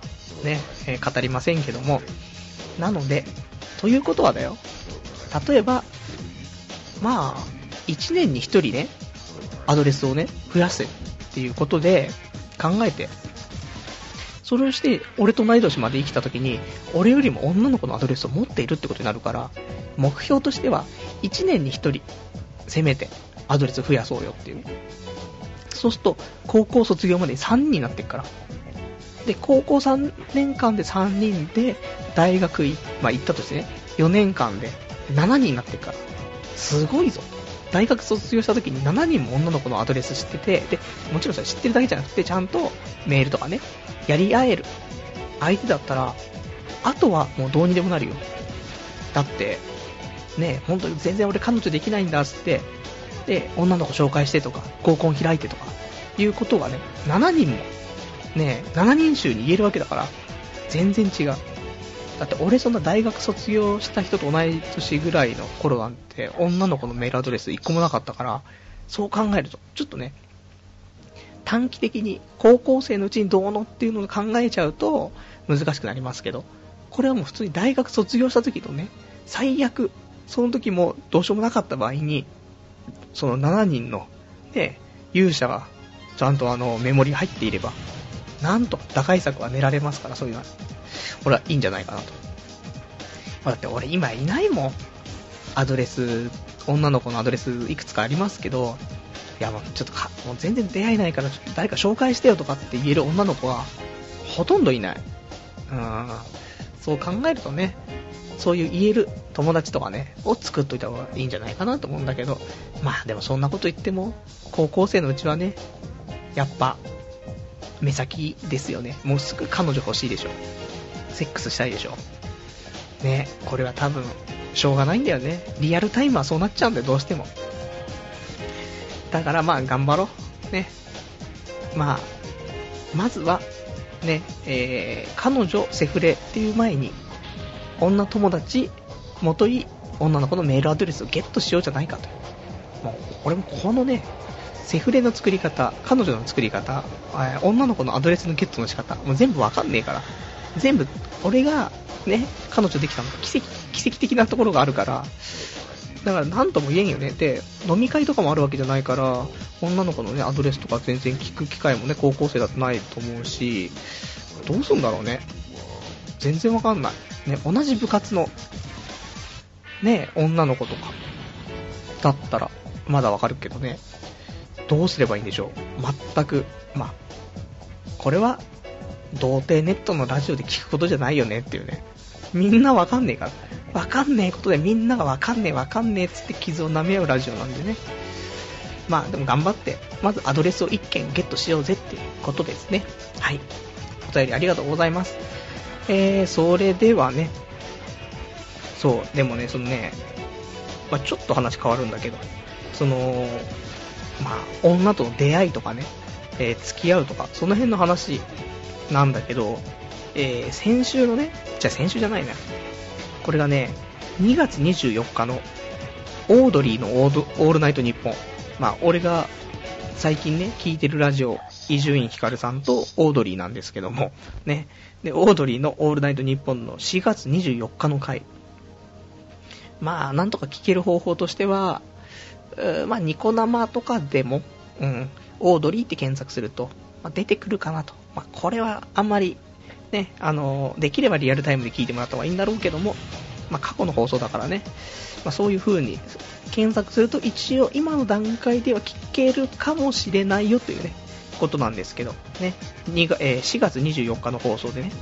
ね、語りませんけども、なので、ということはだよ、例えば、まあ、1年に1人ね、アドレスをね、増やせっていうことで考えて、それをして、俺と同い年まで生きた時に、俺よりも女の子のアドレスを持っているってことになるから、目標としては、1年に1人、せめて、アドレス増やそうよっていう。そうすると、高校卒業まで3人になっていくから。で、高校3年間で3人で、大学行ったとしてね、4年間で7人になっていくから。すごいぞ。大学卒業した時に7人も女の子のアドレス知ってて、で、もちろんそれ知ってるだけじゃなくて、ちゃんとメールとかね、やり合える相手だったら、あとはもうどうにでもなるよ。だって、ね、本当に全然俺彼女できないんだっつって、で、女の子紹介してとか、合コン開いてとか、いうことがね、7人も、ね、7人衆に言えるわけだから、全然違う。だって俺そんな大学卒業した人と同い年ぐらいの頃なんて、女の子のメールアドレス1個もなかったから、そう考えると、ちょっとね、短期的に高校生のうちにどうのっていうのを考えちゃうと難しくなりますけど、これはもう普通に大学卒業した時のね、最悪その時もどうしようもなかった場合に、その7人のね、勇者がちゃんとメモリが入っていれば、なんと打開策は練られますから、そういうのは俺はいいんじゃないかなと。だって俺今いないもん。アドレス、女の子のアドレスいくつかありますけど、いやもうちょっともう全然出会えないから、ちょっと誰か紹介してよとかって言える女の子はほとんどいない。そう考えるとね、そういう言える友達とかねを作っといた方がいいんじゃないかなと思うんだけど、まあでもそんなこと言っても高校生のうちはね、やっぱ目先ですよね。もうすぐ彼女欲しいでしょ、セックスしたいでしょね。これは多分しょうがないんだよね。リアルタイムはそうなっちゃうんだよ、どうしても。だからまあ頑張ろうね。まずはね、彼女セフレっていう前に、女友達もとい女の子のメールアドレスをゲットしようじゃないかと。もう俺もこのね、セフレの作り方、彼女の作り方、女の子のアドレスのゲットの仕方、もう全部わかんねえから、全部俺がね、彼女できたのが奇跡的なところがあるから、だから何とも言えんよね。で、飲み会とかもあるわけじゃないから、女の子のね、アドレスとか全然聞く機会もね、高校生だとないと思うし、どうすんだろうね。全然わかんない。ね、同じ部活の、ね、女の子とか、だったら、まだわかるけどね、どうすればいいんでしょう。全く、これは、童貞ネットのラジオで聞くことじゃないよねっていうね。みんなわかんねえから。わかんねえことでみんながわかんねえっつって傷を舐め合うラジオなんでね。でも頑張って、まずアドレスを1件ゲットしようぜっていうことですね。はい。お便りありがとうございます。それではね、そう、でもね、そのね、ちょっと話変わるんだけど、その、女との出会いとかね、付き合うとか、その辺の話なんだけど、先週のね、先週じゃないな。これがね、2月24日のオードリーのオールナイトニッポン。俺が最近ね、聞いてるラジオ、伊集院光さんとオードリーなんですけども、ね。で、オードリーのオールナイトニッポンの4月24日の回。なんとか聞ける方法としては、ニコ生とかでも、オードリーって検索すると、出てくるかなと。これはあんまり、ね、できればリアルタイムで聞いてもらった方がいいんだろうけども、過去の放送だからね、そういう風に検索すると一応今の段階では聞けるかもしれないよというね、ことなんですけど、ね、4月24日の放送でね、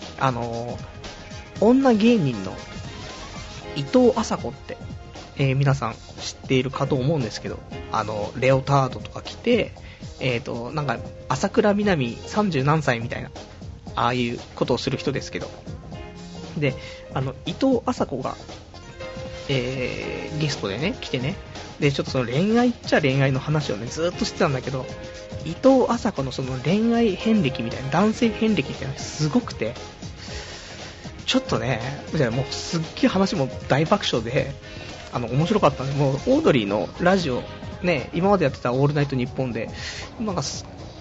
女芸人の伊藤麻子って、皆さん知っているかと思うんですけど、レオタードとか着て、なんか朝倉みなみ30何歳みたいな、ああいうことをする人ですけど、で、伊藤麻子が、ゲストでね、来てね、で、ちょっとその恋愛っちゃ恋愛の話をね、ずーっとしてたんだけど、伊藤麻子のその恋愛遍歴みたいな、男性遍歴みたいなのがすごくて、ちょっとね、もうすっげえ話も大爆笑で、面白かったんで、もうオードリーのラジオ、ね、今までやってたオールナイトニッポンで、なんか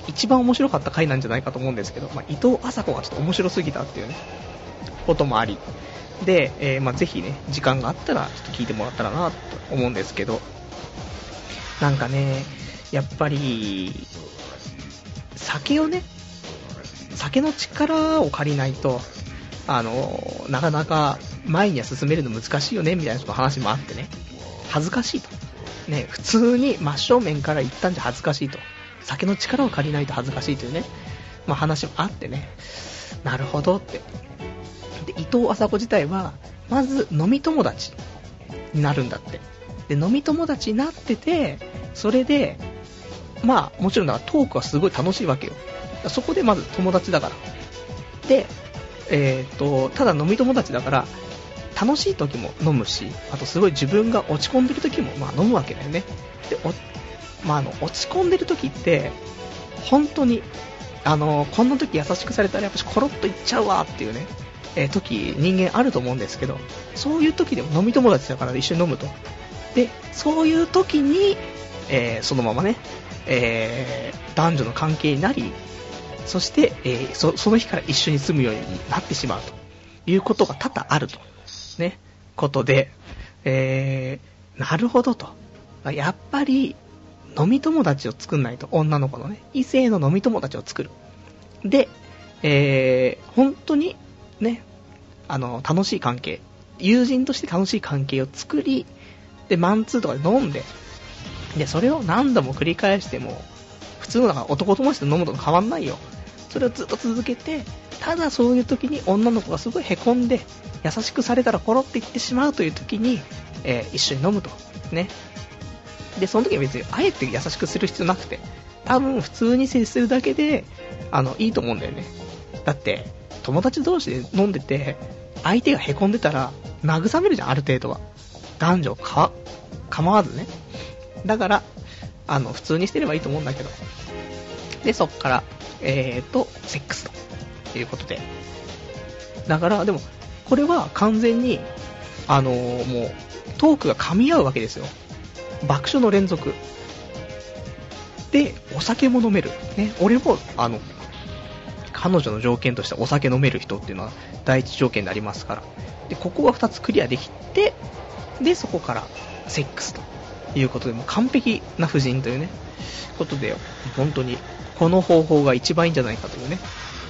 一番面白かった回なんじゃないかと思うんですけど、伊藤麻子がちょっと面白すぎたっていうねこともありで、ぜひね時間があったらちょっと聞いてもらったらなと思うんですけど、なんかねやっぱり酒の力を借りないとなかなか前には進めるの難しいよねみたいなちょっと話もあってね、恥ずかしいとね、普通に真正面から言ったんじゃ恥ずかしいと、酒の力を借りないと恥ずかしいというね、話もあってね、なるほどって。で、伊藤麻子自体はまず飲み友達になるんだって。で、飲み友達になってて、それでもちろんだからトークはすごい楽しいわけよ。そこでまず友達だから。で、ただ飲み友達だから楽しい時も飲むし、あとすごい自分が落ち込んでる時も飲むわけだよね。で、落ち込んでる時って本当にこんな時優しくされたらやっぱコロッといっちゃうわっていうね、時人間あると思うんですけど、そういう時でも飲み友達だから一緒に飲むと。で、そういう時に、そのままね、男女の関係になり、そして、その日から一緒に住むようになってしまうということが多々あるとねことで、なるほどと、やっぱり飲み友達を作んないと、女の子のね異性の飲み友達を作る。で、本当にね楽しい関係、友人として楽しい関係を作り、でマンツーとかで飲んで、でそれを何度も繰り返しても普通のだから男友達と飲むと変わんないよ。それをずっと続けて、ただそういう時に女の子がすごいへこんで優しくされたらコロっていってしまうという時に、一緒に飲むとね。でその時は別にあえて優しくする必要なくて、多分普通に接するだけでいいと思うんだよね。だって友達同士で飲んでて相手がへこんでたら慰めるじゃん、ある程度は。男女構わずね。だから普通にしてればいいと思うんだけど。でそっからセックスということで、だからでもこれは完全にもうトークが噛み合うわけですよ。爆笑の連続でお酒も飲めるね。俺も彼女の条件としてお酒飲める人っていうのは第一条件でありますから、でここは2つクリアできて、でそこからセックスということで、もう完璧な夫人というねことで、本当にこの方法が一番いいんじゃないかというね、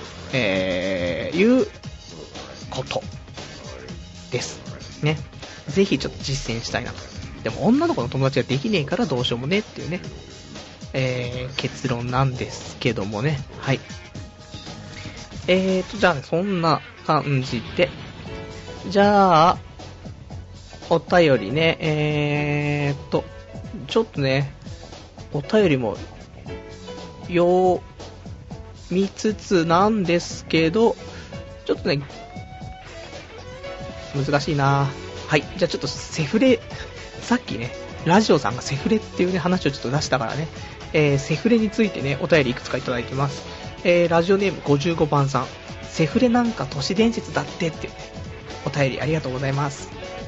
いうことですね。ぜひちょっと実践したいなと。でも女の子の友達ができねえからどうしようもねっていうね、結論なんですけどもね。はい。じゃあ、ね、そんな感じで、じゃあお便りね、ちょっとねお便りも読みつつなんですけど、ちょっとね難しいな。はい、じゃあちょっとセフレ、さっきねラジオさんがセフレっていうね話をちょっと出したからね、セフレについてねお便りいくつかいただいてます。ラジオネーム55番さん、セフレなんか都市伝説だってってお便りありがとうございます。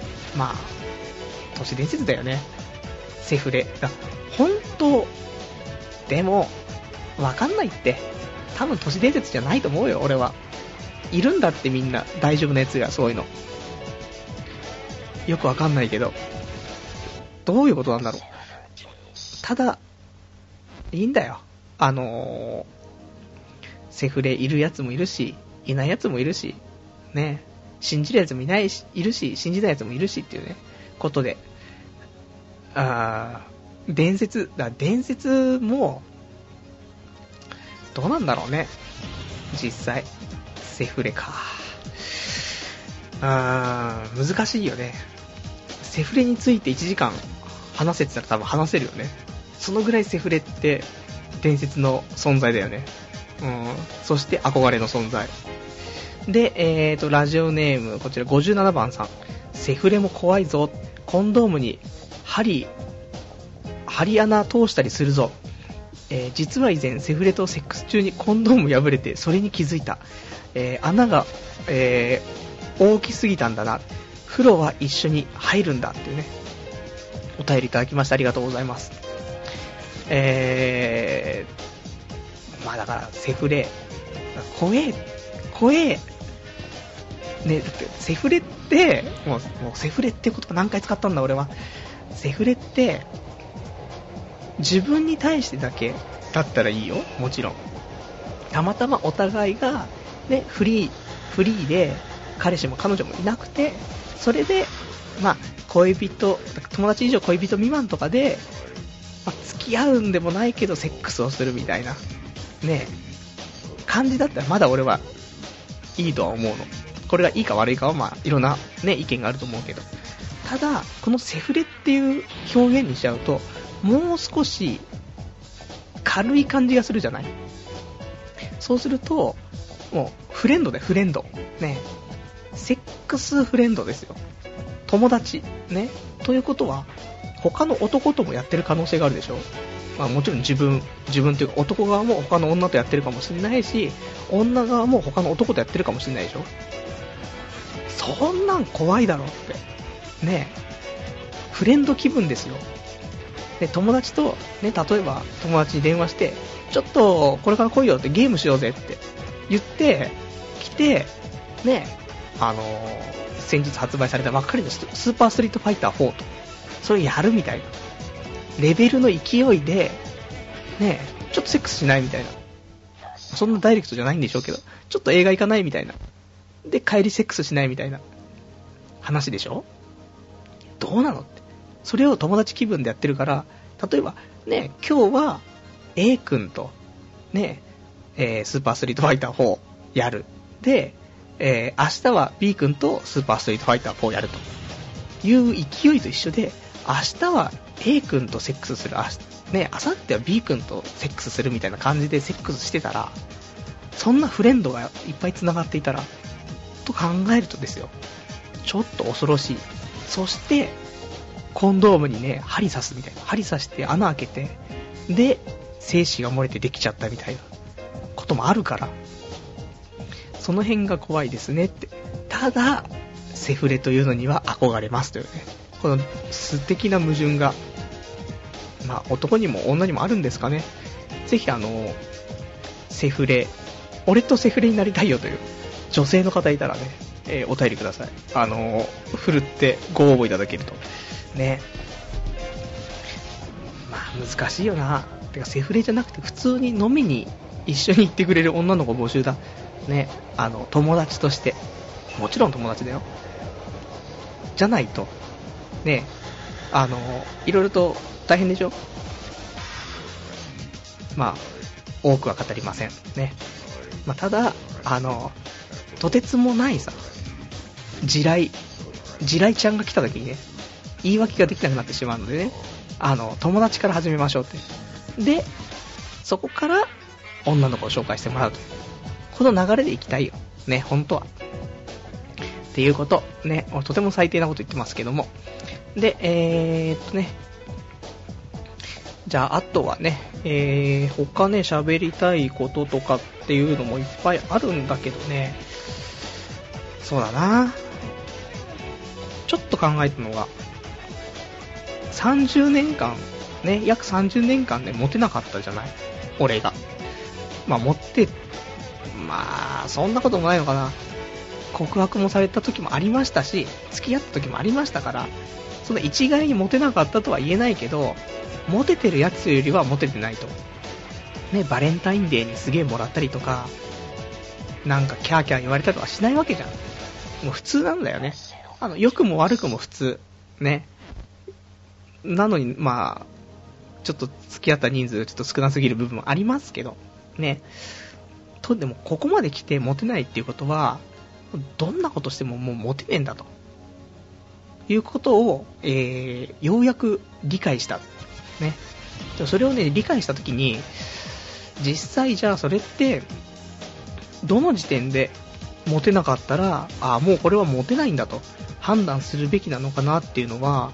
都市伝説だよね、セフレが。本当でもわかんないって、多分都市伝説じゃないと思うよ。俺はいるんだって、みんな大丈夫なやつが。そういうのよくわかんないけど、どういうことなんだろう。ただいいんだよ、セフレいるやつもいるしいないやつもいるしね、信じるやつもいないし、いるし信じないやつもいるしっていうねことで、伝説もどうなんだろうね、実際。セフレか、難しいよね。セフレについて1時間話せてたら多分話せるよね。そのぐらいセフレって伝説の存在だよね。そして憧れの存在で、ラジオネームこちら57番さん、セフレも怖いぞ、コンドームに針穴通したりするぞ。実は以前セフレとセックス中にコンドーム破れてそれに気づいた。穴が、大きすぎたんだな、風呂は一緒に入るんだっていうねお便りいただきました。ありがとうございます。 まあだからセフレ怖えね。だってセフレってもうセフレって言葉何回使ったんだ俺は。セフレって自分に対してだけだったらいいよ、もちろん。たまたまお互いがねフリーで彼氏も彼女もいなくて、それでまあ恋人、友達以上恋人未満とかで、まあ、付き合うんでもないけどセックスをするみたいなね感じだったらまだ俺はいいとは思うの。これがいいか悪いかはまあいろんなね意見があると思うけど、ただこのセフレっていう表現にしちゃうともう少し軽い感じがするじゃない。そうするともうフレンドでフレンドね、セックスフレンドですよ、友達ね。ということは他の男ともやってる可能性があるでしょ。まあ、もちろん自分というか男側も他の女とやってるかもしれないし、女側も他の男とやってるかもしれないでしょ。そんなん怖いだろってね。フレンド気分ですよ。で友達とね、例えば友達に電話してちょっとこれから来いよってゲームしようぜって言って来てね、先日発売されたばっかりのスーパーストリートファイター4とそれやるみたいなレベルの勢いでね、ちょっとセックスしないみたいな、そんなダイレクトじゃないんでしょうけど、ちょっと映画行かないみたいなで帰りセックスしないみたいな話でしょ。どうなのって。それを友達気分でやってるから、例えばね、今日は A 君とね、スーパーストリートファイター4やるで、明日は B 君とスーパーストリートファイター4やるという勢いと一緒で、明日は A 君とセックスする、ね、明後日は B 君とセックスするみたいな感じでセックスしてたら、そんなフレンドがいっぱい繋がっていたらと考えるとですよ、ちょっと恐ろしい。そしてコンドームにね針刺すみたいな、針刺して穴開けてで精子が漏れてできちゃったみたいなこともあるから、その辺が怖いですねって。ただセフレというのには憧れますというね、この素敵な矛盾がまあ男にも女にもあるんですかね。ぜひセフレ、俺とセフレになりたいよという女性の方いたらね、お便りください。ふるってご応募いただけるとね。まあ難しいよな。てかセフレじゃなくて普通に飲みに一緒に行ってくれる女の子募集だね。友達として、もちろん友達だよじゃないとね、いろいろと大変でしょ。まあ多くは語りませんね。まあ、ただとてつもないさ地雷ちゃんが来た時にね、言い訳ができなくなってしまうのでね、友達から始めましょうって。でそこから女の子を紹介してもらうと、この流れでいきたいよね、本当はっていうことね。とても最低なこと言ってますけども、でね、じゃああとはね、他ね喋りたいこととかっていうのもいっぱいあるんだけどね。そうだな、ちょっと考えたのが、30年間ね、約30年間でモテなかったじゃない俺が。まあまあそんなこともないのかな。告白もされた時もありましたし、付き合った時もありましたから、その一概にモテなかったとは言えないけど、モテてるやつよりはモテてないとね。バレンタインデーにすげえもらったりとか、なんかキャーキャー言われたりとかしないわけじゃん。もう普通なんだよね。良くも悪くも普通ね。なのにまあちょっと付き合った人数ちょっと少なすぎる部分もありますけどね。とでもここまで来てモテないっていうことは、どんなことしてももうモテねえんだということを、ようやく理解したね。それをね理解したときに、実際じゃあそれってどの時点でモテなかったら、もうこれはモテないんだと判断するべきなのかなっていうのは、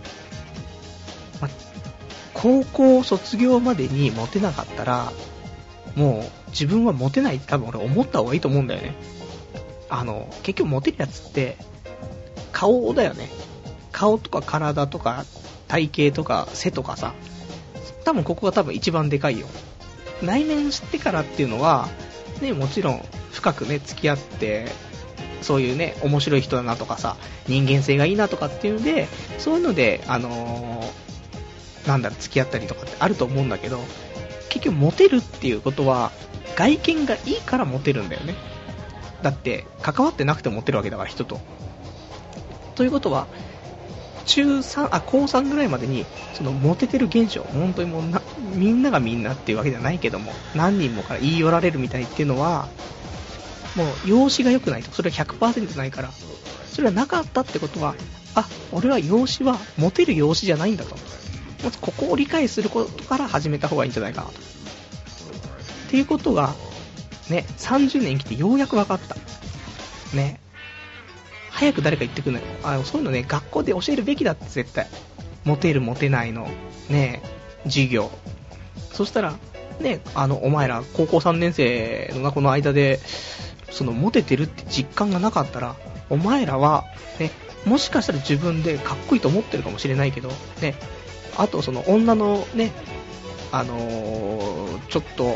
高校卒業までにモテなかったら、もう自分はモテないって多分俺思った方がいいと思うんだよね。結局モテるやつって顔だよね。顔とか体とか体型とか背とかさ、多分ここが多分一番でかいよ。 内面知ってからっていうのは、ね、もちろん深くね、付き合って、そういうね、面白い人だなとかさ、人間性がいいなとかっていうので、そういうので、付き合ったりとかってあると思うんだけど、結局モテるっていうことは、外見がいいからモテるんだよね。だって、関わってなくてモテるわけだから、人と。ということは、高3ぐらいまでに、そのモテてる現象、本当にもうみんながみんなっていうわけじゃないけども、何人もから言い寄られるみたいっていうのは、もう容姿が良くないと、それは 100% ないから、それはなかったってことは、俺は容姿はモテる容姿じゃないんだと、まずここを理解することから始めた方がいいんじゃないかなと。っていうことがね、30年生きてようやく分かったね。早く誰か言ってくんないの。そういうのね、学校で教えるべきだって、絶対。モテるモテないのね、授業。そしたらね、お前ら高校3年生のこの間で、そのモテてるって実感がなかったら、お前らはね、もしかしたら自分でかっこいいと思ってるかもしれないけどね、あとその女のね、ちょっと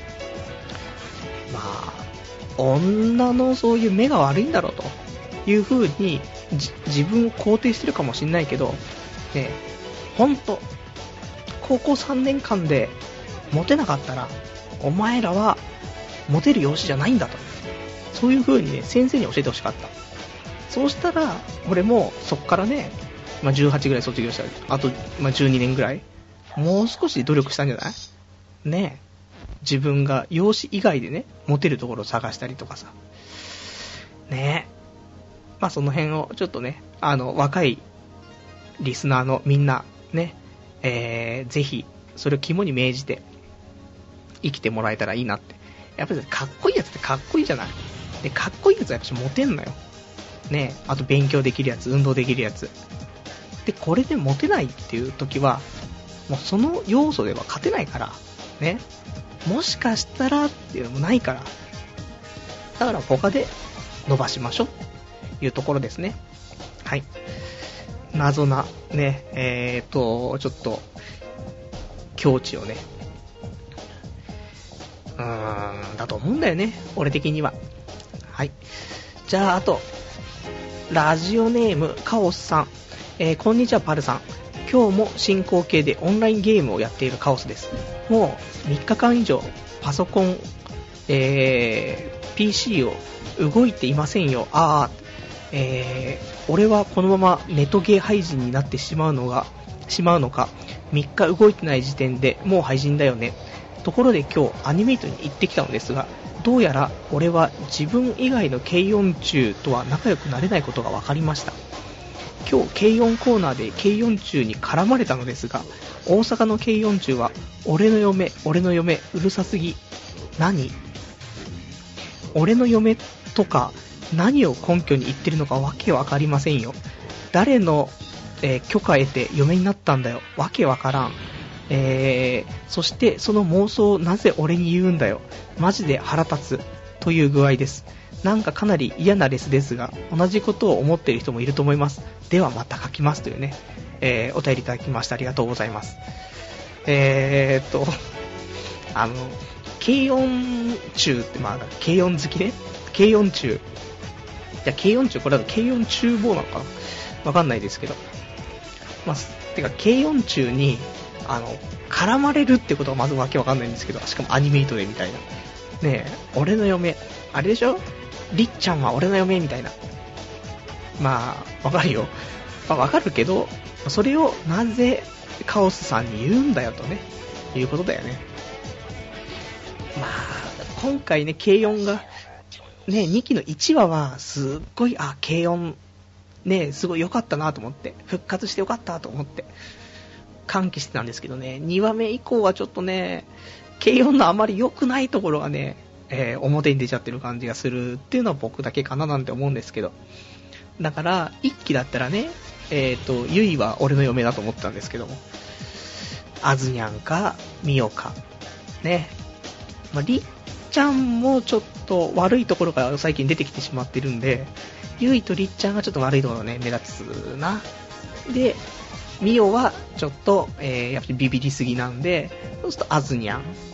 女のそういう目が悪いんだろうという風に自分を肯定してるかもしれないけどね、ほんと高校3年間でモテなかったら、お前らはモテる容姿じゃないんだと、そういう風にね、先生に教えてほしかった。そうしたら俺もそっからね、18ぐらい卒業した、あと、12年ぐらいもう少し努力したんじゃないね。自分が容姿以外でね、モテるところを探したりとかさね。その辺をちょっとね、若いリスナーのみんなね、ぜひそれを肝に銘じて生きてもらえたらいいなって。やっぱりかっこいいやつってかっこいいじゃない。で、かっこいいやつはやっぱりモテんのよね。あと勉強できるやつ、運動できるやつで、これでモテないっていう時はもうその要素では勝てないからね。もしかしたらっていうのもないから、だから他で伸ばしましょうというところですね。はい。謎なね、ちょっと境地をね、だと思うんだよね、俺的には。はい。じゃあ、あとラジオネームカオスさん、こんにちはパルさん。今日も進行形でオンラインゲームをやっているカオスです。もう3日間以上パソコン、PC を動いていませんよ。俺はこのままネトゲー廃人になってしまうのか、3日動いてない時点でもう廃人だよね。ところで今日アニメイトに行ってきたのですが、どうやら俺は自分以外の軽音中とは仲良くなれないことが分かりました。今日軽音コーナーで軽音中に絡まれたのですが、大阪の軽音中は俺の嫁うるさすぎ。何？俺の嫁とか何を根拠に言ってるのかわけわかりませんよ。誰の、許可得て嫁になったんだよ。わけわからん。そしてその妄想をなぜ俺に言うんだよ。マジで腹立つという具合です。なんかかなり嫌なレスですが、同じことを思っている人もいると思います。ではまた書きますというね、お便りいただきました。ありがとうございます。軽音中って、軽音好きね。軽音中。軽音中、これだと軽音厨房なのかな、わかんないですけど。てか軽音中に絡まれるってことはまずわけわかんないんですけど、しかもアニメイトでみたいなねえ、俺の嫁あれでしょ、りっちゃんは俺の嫁みたいな。わかるよ、わかるけど、それをなぜカオスさんに言うんだよとね、いうことだよね。今回ね、軽音がね、2期の1話はすっごい、軽音ね、すごい良かったなと思って、復活して良かったと思って歓喜してたんですけどね、2話目以降はちょっとね、軽音のあまり良くないところがね、表に出ちゃってる感じがするっていうのは僕だけかななんて思うんですけど、だから1期だったらね、ゆいは俺の嫁だと思ってたんですけども、あずにゃんかみおかね、りっちゃんもちょっと悪いところが最近出てきてしまってるんで、ゆいとりっちゃんがちょっと悪いところね、目立つな。でみおはちょっと、やっぱりビビりすぎなんで、そうするとあずにゃん、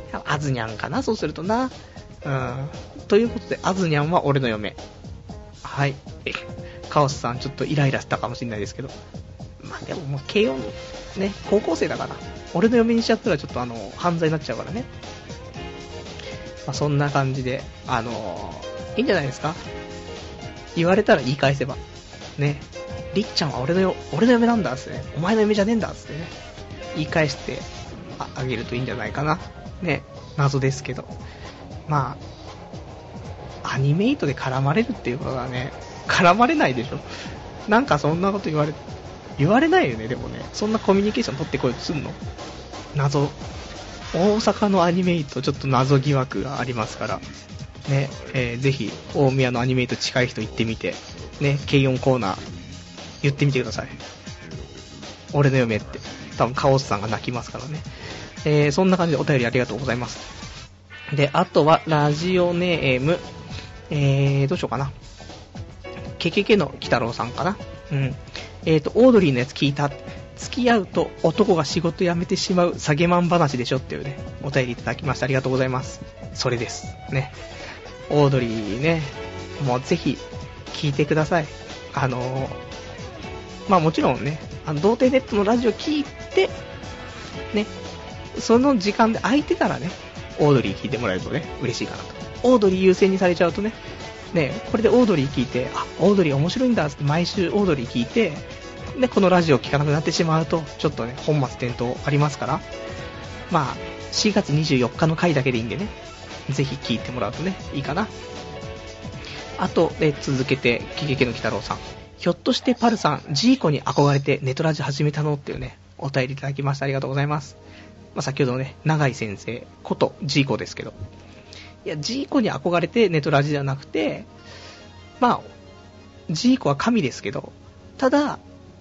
あずにゃんかな、そうするとな。ということで、あずにゃんは俺の嫁。はい。カオスさん、ちょっとイライラしたかもしれないですけど。まあでももう、軽音、ね、高校生だから、俺の嫁にしちゃったらちょっと犯罪になっちゃうからね。まあそんな感じで、いいんじゃないですか。言われたら言い返せば。ね。りっちゃんは俺の嫁なんだっつってね。お前の嫁じゃねえんだっつってね。言い返してあげるといいんじゃないかな。ね。謎ですけど。まあ、アニメイトで絡まれるっていうことはね、絡まれないでしょ。なんかそんなこと言われないよね、でもね。そんなコミュニケーション取ってこようとすんの？謎。大阪のアニメイト、ちょっと謎疑惑がありますから。ね、ぜひ、大宮のアニメイト近い人行ってみて、ね、軽音コーナー、言ってみてください。俺の嫁って。多分、カオスさんが泣きますからね。そんな感じでお便りありがとうございます。で、あとは、ラジオネーム、どうしようかな。ケケケの鬼太郎さんかな。オードリーのやつ聞いた。付き合うと男が仕事辞めてしまう下げマン話でしょっていうね、お便りいただきました。ありがとうございます。それです。ね。オードリーね、もうぜひ聞いてください。まあもちろんね、童貞ネットのラジオ聞いて、ね、その時間で空いてたらね、オードリー聞いてもらえるとね、嬉しいかなと。オードリー優先にされちゃうとね、これでオードリー聞いて、オードリー面白いんだって毎週オードリー聞いて、で、このラジオ聞かなくなってしまうと、ちょっとね、本末転倒ありますから、まあ、4月24日の回だけでいいんでね、ぜひ聞いてもらうとね、いいかな。あと、続けて、キゲケの鬼太郎さん。ひょっとしてパルさん、ジーコに憧れてネトラジ始めたのっていうね、お便りいただきました。ありがとうございます。まあ、先ほどのね、永井先生ことジーコですけど、いや、ジーコに憧れてネトラジじゃなくて、まあ、ジーコは神ですけど、ただ、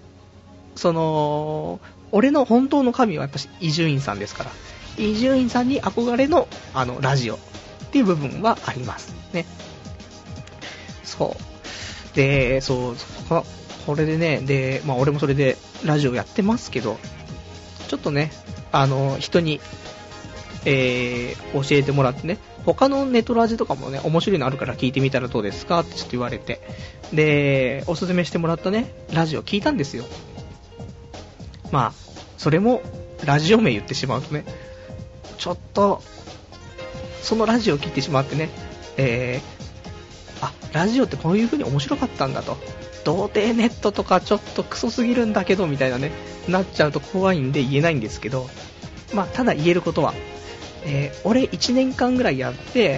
俺の本当の神はやっぱし伊集院さんですから、伊集院さんに憧れのラジオっていう部分はありますね。そうで、これでね、で、まあ俺もそれでラジオやってますけど、ちょっとね、人に、教えてもらってね、他のネトラジとかもね、面白いのあるから聞いてみたらどうですかってちょっと言われて、で、おすすめしてもらったね、ラジオ聞いたんですよ。まあ、それも、ラジオ名言ってしまうとね、ちょっと、そのラジオを聞いてしまってね、ラジオってこういう風に面白かったんだと。童貞ネットとかちょっとクソすぎるんだけど、みたいなね、なっちゃうと怖いんで言えないんですけど、まあ、ただ言えることは、俺1年間ぐらいやって、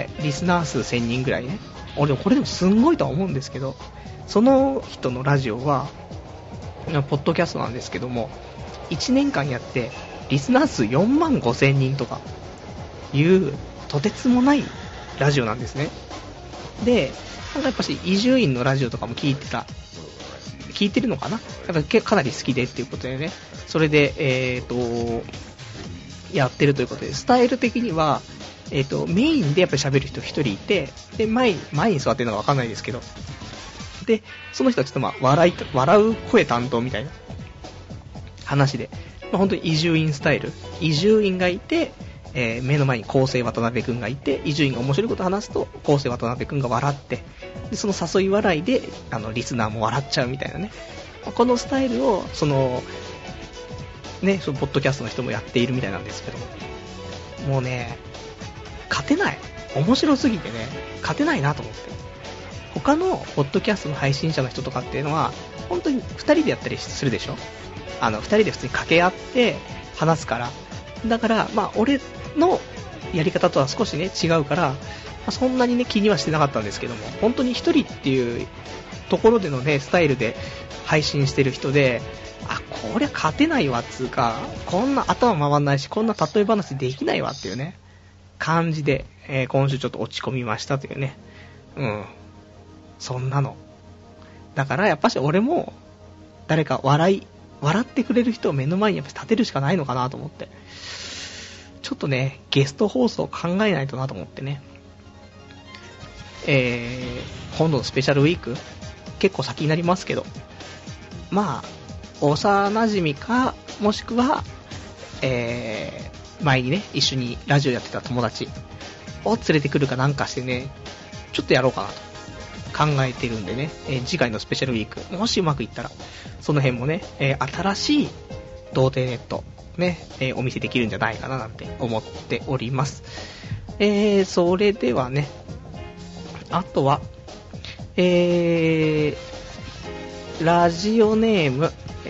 リスナー数1000人ぐらいね、これでもすんごいとは思うんですけど、その人のラジオは、ポッドキャストなんですけども、1年間やってリスナー数4万5千人とかいうとてつもないラジオなんですね。で、なんかやっぱし伊集院のラジオとかも聞いてるのかな、やっぱかなり好きでっていうことでね、それでやってるということで、スタイル的にはメインでやっぱり喋る人1人いて、で前に座ってるのかわかんないですけど、でその人はちょっとまあ笑う声担当みたいな話で、まあ、本当に伊集院スタイル、伊集院がいて、目の前に構成渡辺くんがいて、伊集院が面白いことを話すと構成渡辺くんが笑って、でその誘い笑いでリスナーも笑っちゃうみたいなね、このスタイルをそのポッドキャストの人もやっているみたいなんですけども、もうね、勝てない、面白すぎてね、勝てないなと思って。他のポッドキャストの配信者の人とかっていうのは本当に2人でやったりするでしょ。2人で普通に掛け合って話すから、だからまあ俺のやり方とは少しね違うから、まあ、そんなにね気にはしてなかったんですけども、本当に1人っていうところでのねスタイルで配信してる人で、こりゃ勝てないわっつうか、こんな頭回んないし、こんな例え話できないわっていうね感じで、今週ちょっと落ち込みましたというね、そんなのだから、やっぱし俺も誰か笑ってくれる人を目の前にやっぱ立てるしかないのかなと思って、ちょっとねゲスト放送を考えないとなと思ってね、今度のスペシャルウィーク結構先になりますけど、まあ幼馴染かもしくは前にね、一緒にラジオやってた友達を連れてくるかなんかしてね、ちょっとやろうかなと考えてるんでね、次回のスペシャルウィーク、もしうまくいったら、その辺もね、新しい童貞ネット、ね、お見せできるんじゃないかななんて思っております。それではね、あとは、ラジオネーム、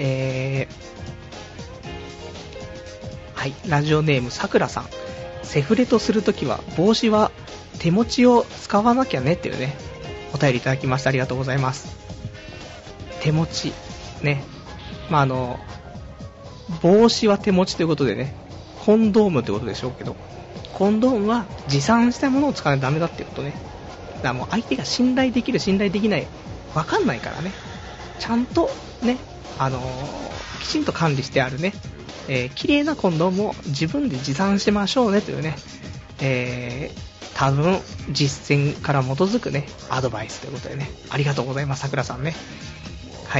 はい、ラジオネームさくらさん。セフレとするときは帽子は手持ちを使わなきゃねっていうね、お便りいただきました。ありがとうございます。手持ちね、帽子は手持ちということでね、コンドームということでしょうけど、コンドームは持参したものを使わないとダメだっていうことね。だからもう相手が信頼できる信頼できない分かんないからね、ちゃんとね、きちんと管理してあるね、綺麗なコンドームを自分で持参してましょうねというね、多分実践から基づくねアドバイスということでね、ありがとうございます、さくらさんね。はい。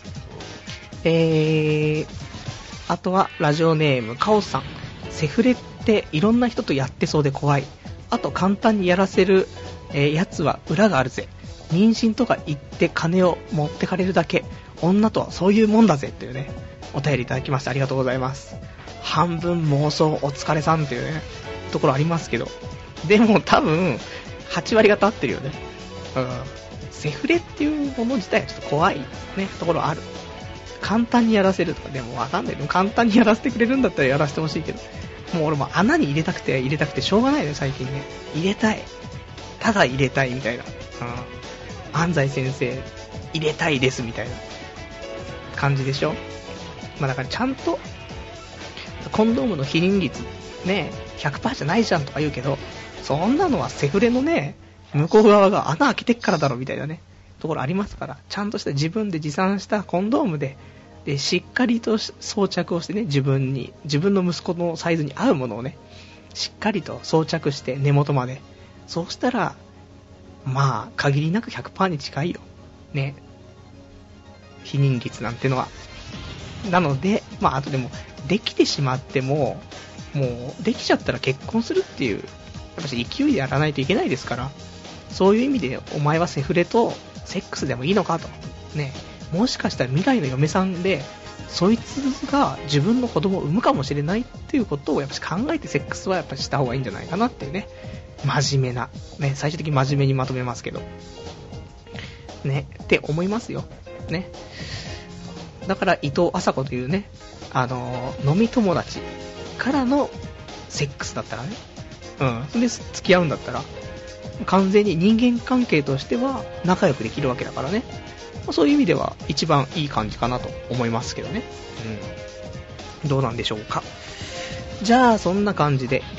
あとはラジオネームカオスさん。セフレっていろんな人とやってそうで怖い。あと簡単にやらせる、やつは裏があるぜ。妊娠とか言って金を持ってかれるだけ。女とはそういうもんだぜっていうね、お便りいただきましてありがとうございます。半分妄想お疲れさんっていうねところありますけど、でも多分8割方合ってるよね。セフレっていうもの自体はちょっと怖いねところある。簡単にやらせるとかでもわかんない。でも簡単にやらせてくれるんだったらやらせてほしいけど、もう俺も穴に入れたくてしょうがないね最近ね。入れたい、ただ入れたいみたいな、安西先生入れたいですみたいな感じでしょ。だからちゃんとコンドームの避妊率ね 100% じゃないじゃんとか言うけど、そんなのはセフレのね向こう側が穴開けてっからだろみたいなねところありますから、ちゃんとした自分で持参したコンドームでしっかりと装着をしてね、自分の息子のサイズに合うものをねしっかりと装着して根元まで、そうしたら限りなく 100% に近いよね、避妊率なんてのは。なのであとでもできてしまってもできちゃったら結婚するっていう、やっぱり勢いでやらないといけないですから、そういう意味でお前はセフレとセックスでもいいのかとね、もしかしたら未来の嫁さんでそいつが自分の子供を産むかもしれないっていうことをやっぱり考えてセックスはやっぱりした方がいいんじゃないかなっていうね、真面目なね、最終的に真面目にまとめますけどねって思いますよね。だから伊藤麻子というね、飲み友達からのセックスだったらね、それで付き合うんだったら完全に人間関係としては仲良くできるわけだからね、そういう意味では一番いい感じかなと思いますけどね。どうなんでしょうか。じゃあそんな感じで、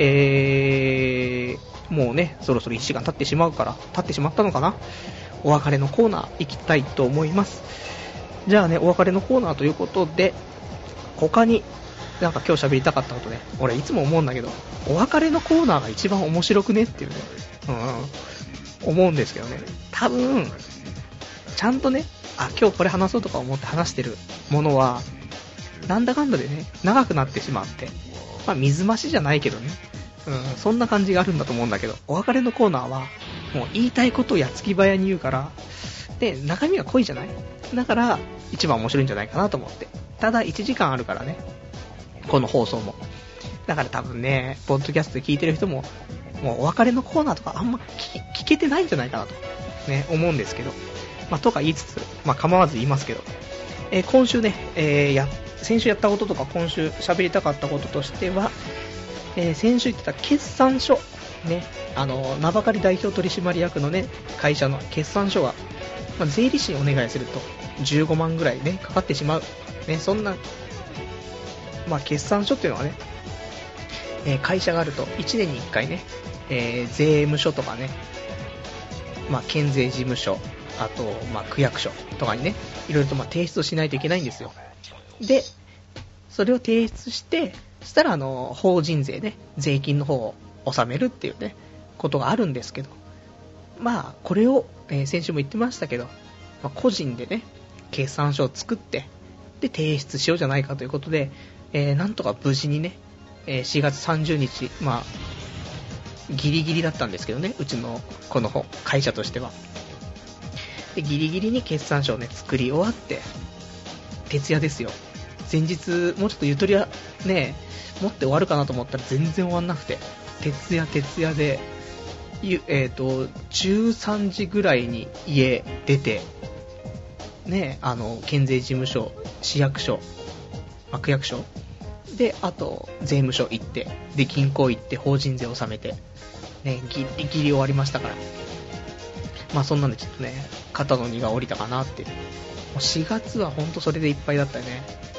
もうねそろそろ1時間経ってしまったのかな。お別れのコーナー行きたいと思います。じゃあね、お別れのコーナーということで、他になんか今日喋りたかったことね、俺いつも思うんだけど、お別れのコーナーが一番面白くねっていうね、思うんですけどね。多分ちゃんとね、今日これ話そうとか思って話してるものはなんだかんだでね長くなってしまって、水増しじゃないけどね、そんな感じがあるんだと思うんだけど、お別れのコーナーはもう言いたいことをやっつき早に言うから、で中身が濃いじゃない。だから一番面白いんじゃないかなと思って。ただ1時間あるからね、この放送も。だから多分ね、ポッドキャストで聞いてる人ももうお別れのコーナーとかあんま聞けてないんじゃないかなとね思うんですけど、とか言いつつ構わず言いますけど、今週ね、先週やったこととか今週喋りたかったこととしては、先週言ってた決算書ね、名ばかり代表取締役のね会社の決算書は、税理士にお願いすると15万ぐらいねかかってしまうね。そんな決算書っていうのはね、会社があると1年に1回ね、税務署とかね、県税事務所、あと区役所とかにねいろいろと提出をしないといけないんですよ。でそれを提出して、そしたら法人税ね、税金の方を納めるっていうねことがあるんですけど、これを、先週も言ってましたけど、個人でね決算書を作ってで提出しようじゃないかということで、なんとか無事にね 4月30日、まあ、ギリギリだったんですけどね、うちのこの会社としては。で、ギリギリに決算書をね、作り終わって、徹夜ですよ。前日、もうちょっとゆとりはね、持って終わるかなと思ったら全然終わんなくて、徹夜で、13時ぐらいに家出て、ね、県税事務所、市役所、区役所で、あと税務署行って、で銀行行って法人税納めて、ね、ギリギリ終わりましたから、まあそんなんでちょっとね、肩の荷が下りたかなって。もう4月は本当それでいっぱいだったよね。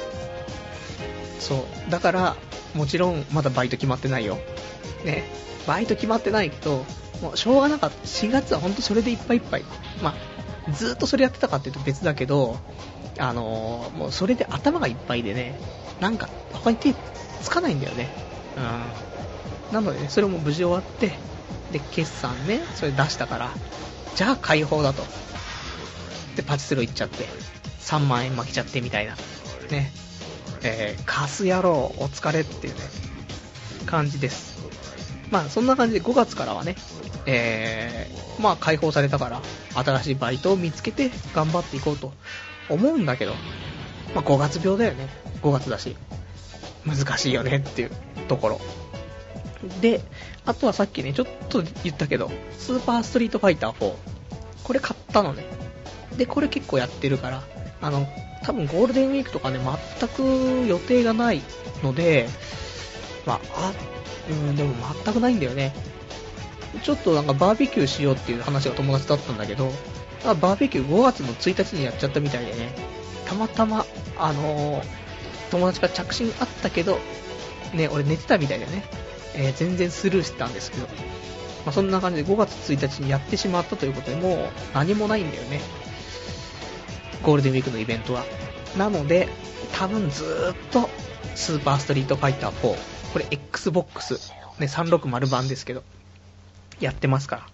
そうだからもちろんまだバイト決まってないよ。ね、バイト決まってないけど、もうしょうがなかった。4月は本当それでいっぱいいっぱい。まあずっとそれやってたかっていうと別だけど、もうそれで頭がいっぱいでね、なんか他に手つかないんだよね。なのでね、それも無事終わって、で決算ね、それ出したから、じゃあ解放だと。でパチスロ行っちゃって3万円負けちゃってみたいなね、カス野郎お疲れっていうね感じです。まあそんな感じで5月からはね、まあ解放されたから新しいバイトを見つけて頑張っていこうと思うんだけど、まあ5月病だよね。5月だし難しいよねっていうところで、あとはさっきねちょっと言ったけど、スーパーストリートファイター4、これ買ったのね。でこれ結構やってるから、多分ゴールデンウィークとかね全く予定がないので、まあでも全くないんだよね。ちょっとなんかバーベキューしようっていう話が友達だったんだけど、バーベキュー5月の1日にやっちゃったみたいでね、たまたま友達から着信あったけどね、俺寝てたみたいでね、全然スルーしてたんですけど、まあ、そんな感じで5月1日にやってしまったということで、もう何もないんだよね、ゴールデンウィークのイベントは。なので多分ずーっとスーパーストリートファイター4、これ Xbox、ね、360版ですけどやってますから、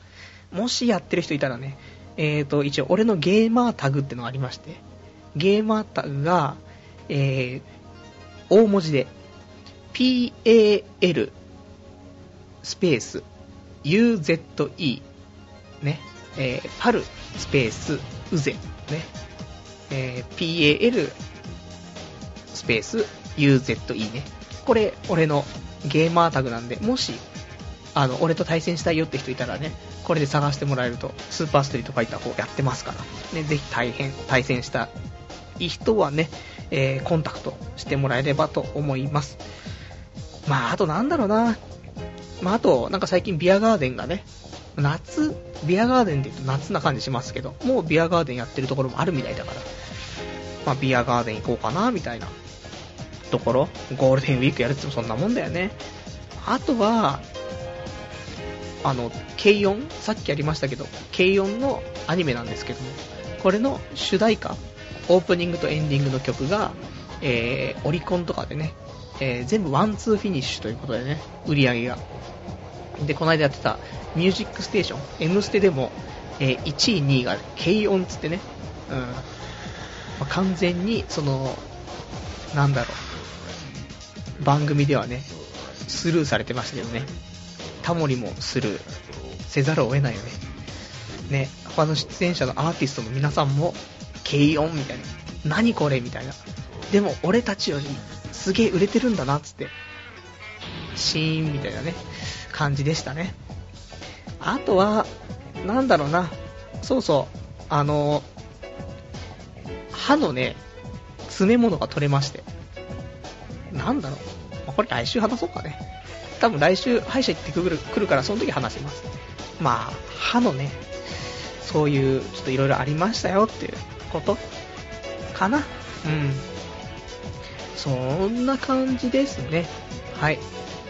もしやってる人いたらね、一応俺のゲーマータグってのがありまして、ゲーマータグが、大文字で PAL スペース UZE ね、パルスペースウゼね、PAL スペース UZE ね、これ俺のゲーマータグなんで、もし俺と対戦したいよって人いたらね、これで探してもらえると、スーパーストリートファイター4やってますからね、ぜひ対戦したい人はね、コンタクトしてもらえればと思います。まああとなんだろうな、まああとなんか最近ビアガーデンがね、ビアガーデンって言うと夏な感じしますけど、もうビアガーデンやってるところもあるみたいだから、まあビアガーデン行こうかなみたいなところ。ゴールデンウィークやるってもそんなもんだよね。あとは軽音、さっきやりましたけど軽音のアニメなんですけども、これの主題歌、オープニングとエンディングの曲が、オリコンとかでね、全部ワンツーフィニッシュということでね、売り上げがで、この間やってたミュージックステーション M ステでも、1位2位が軽音つってね、まあ、完全にそのなんだろう、番組ではねスルーされてましたけどね、タモリもスルーせざるを得ないよね。他の出演者のアーティストの皆さんも軽音みたいな、何これみたいな、でも俺たちよりすげえ売れてるんだなっつってシーンみたいなね感じでしたね。あとはなんだろうな、そうそう歯のね詰め物が取れまして、なんだろう、これ来週話そうかね。多分来週歯医者行ってくるからその時話します。まあ歯のね、そういうちょっといろいろありましたよっていうことかな。そんな感じですね。はい。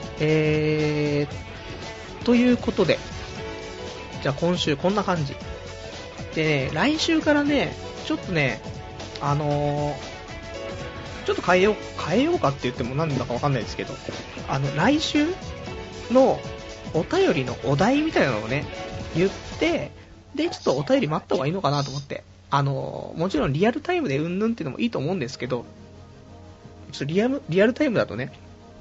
ということで、じゃあ今週こんな感じでね、来週からねちょっとねちょっと変えようかって言っても何だかわかんないですけど、来週のお便りのお題みたいなのをね言って、でちょっとお便り待った方がいいのかなと思って、もちろんリアルタイムでうんぬんっていうのもいいと思うんですけど、ちょっとリアルタイムだとね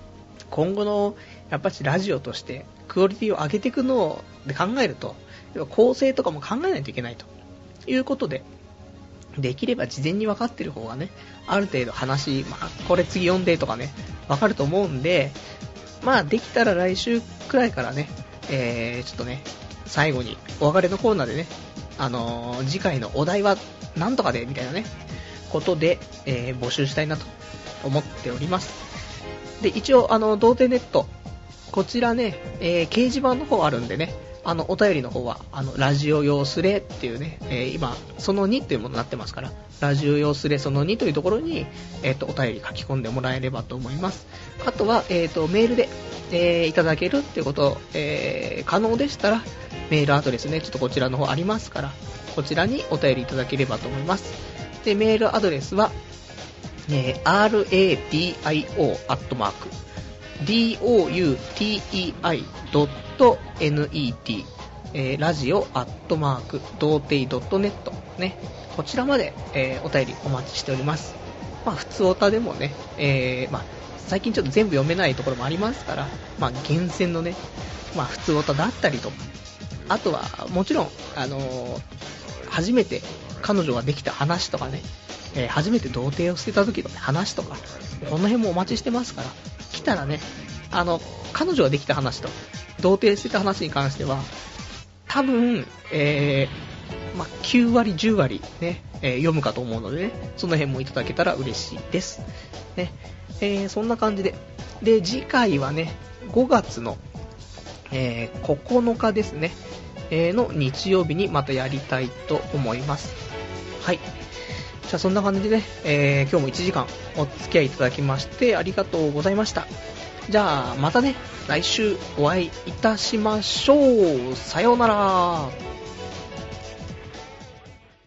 今後のやっぱりラジオとしてクオリティを上げていくので考えると、構成とかも考えないといけないということで、できれば事前に分かってる方がね、ある程度話、これ次読んでとかね、分かると思うんで、できたら来週くらいからね、ちょっとね、最後にお別れのコーナーでね、次回のお題はなんとかでみたいなね、ことで、募集したいなと思っております。で、一応童貞ネット、こちらね、掲示板の方あるんでね、お便りの方はラジオ用スレっていうね、今その2っていうものになってますから、ラジオ用スレその2というところに、お便り書き込んでもらえればと思います。あとは、メールで、いただけるっていうこと、可能でしたらメールアドレスね、ちょっとこちらの方ありますから、こちらにお便りいただければと思います。で、メールアドレスは、radio.doutei.net、ラジオ童貞 .net ね、こちらまで、お便りお待ちしております。普通オタでもね、最近ちょっと全部読めないところもありますから、厳選のね、普通オタだったりとか、あとはもちろん初めて彼女ができた話とかね、初めて童貞を捨てた時の話とか、この辺もお待ちしてますから、来たらね、彼女ができた話と童貞捨てた話に関しては多分、9割10割ね、読むかと思うのでね、その辺もいただけたら嬉しいですね。そんな感じで、次回はね、5月の、9日ですね、の日曜日にまたやりたいと思います。はい。じゃあそんな感じでね、今日も1時間お付き合いいただきましてありがとうございました。じゃあまたね、来週お会いいたしましょう。さようなら。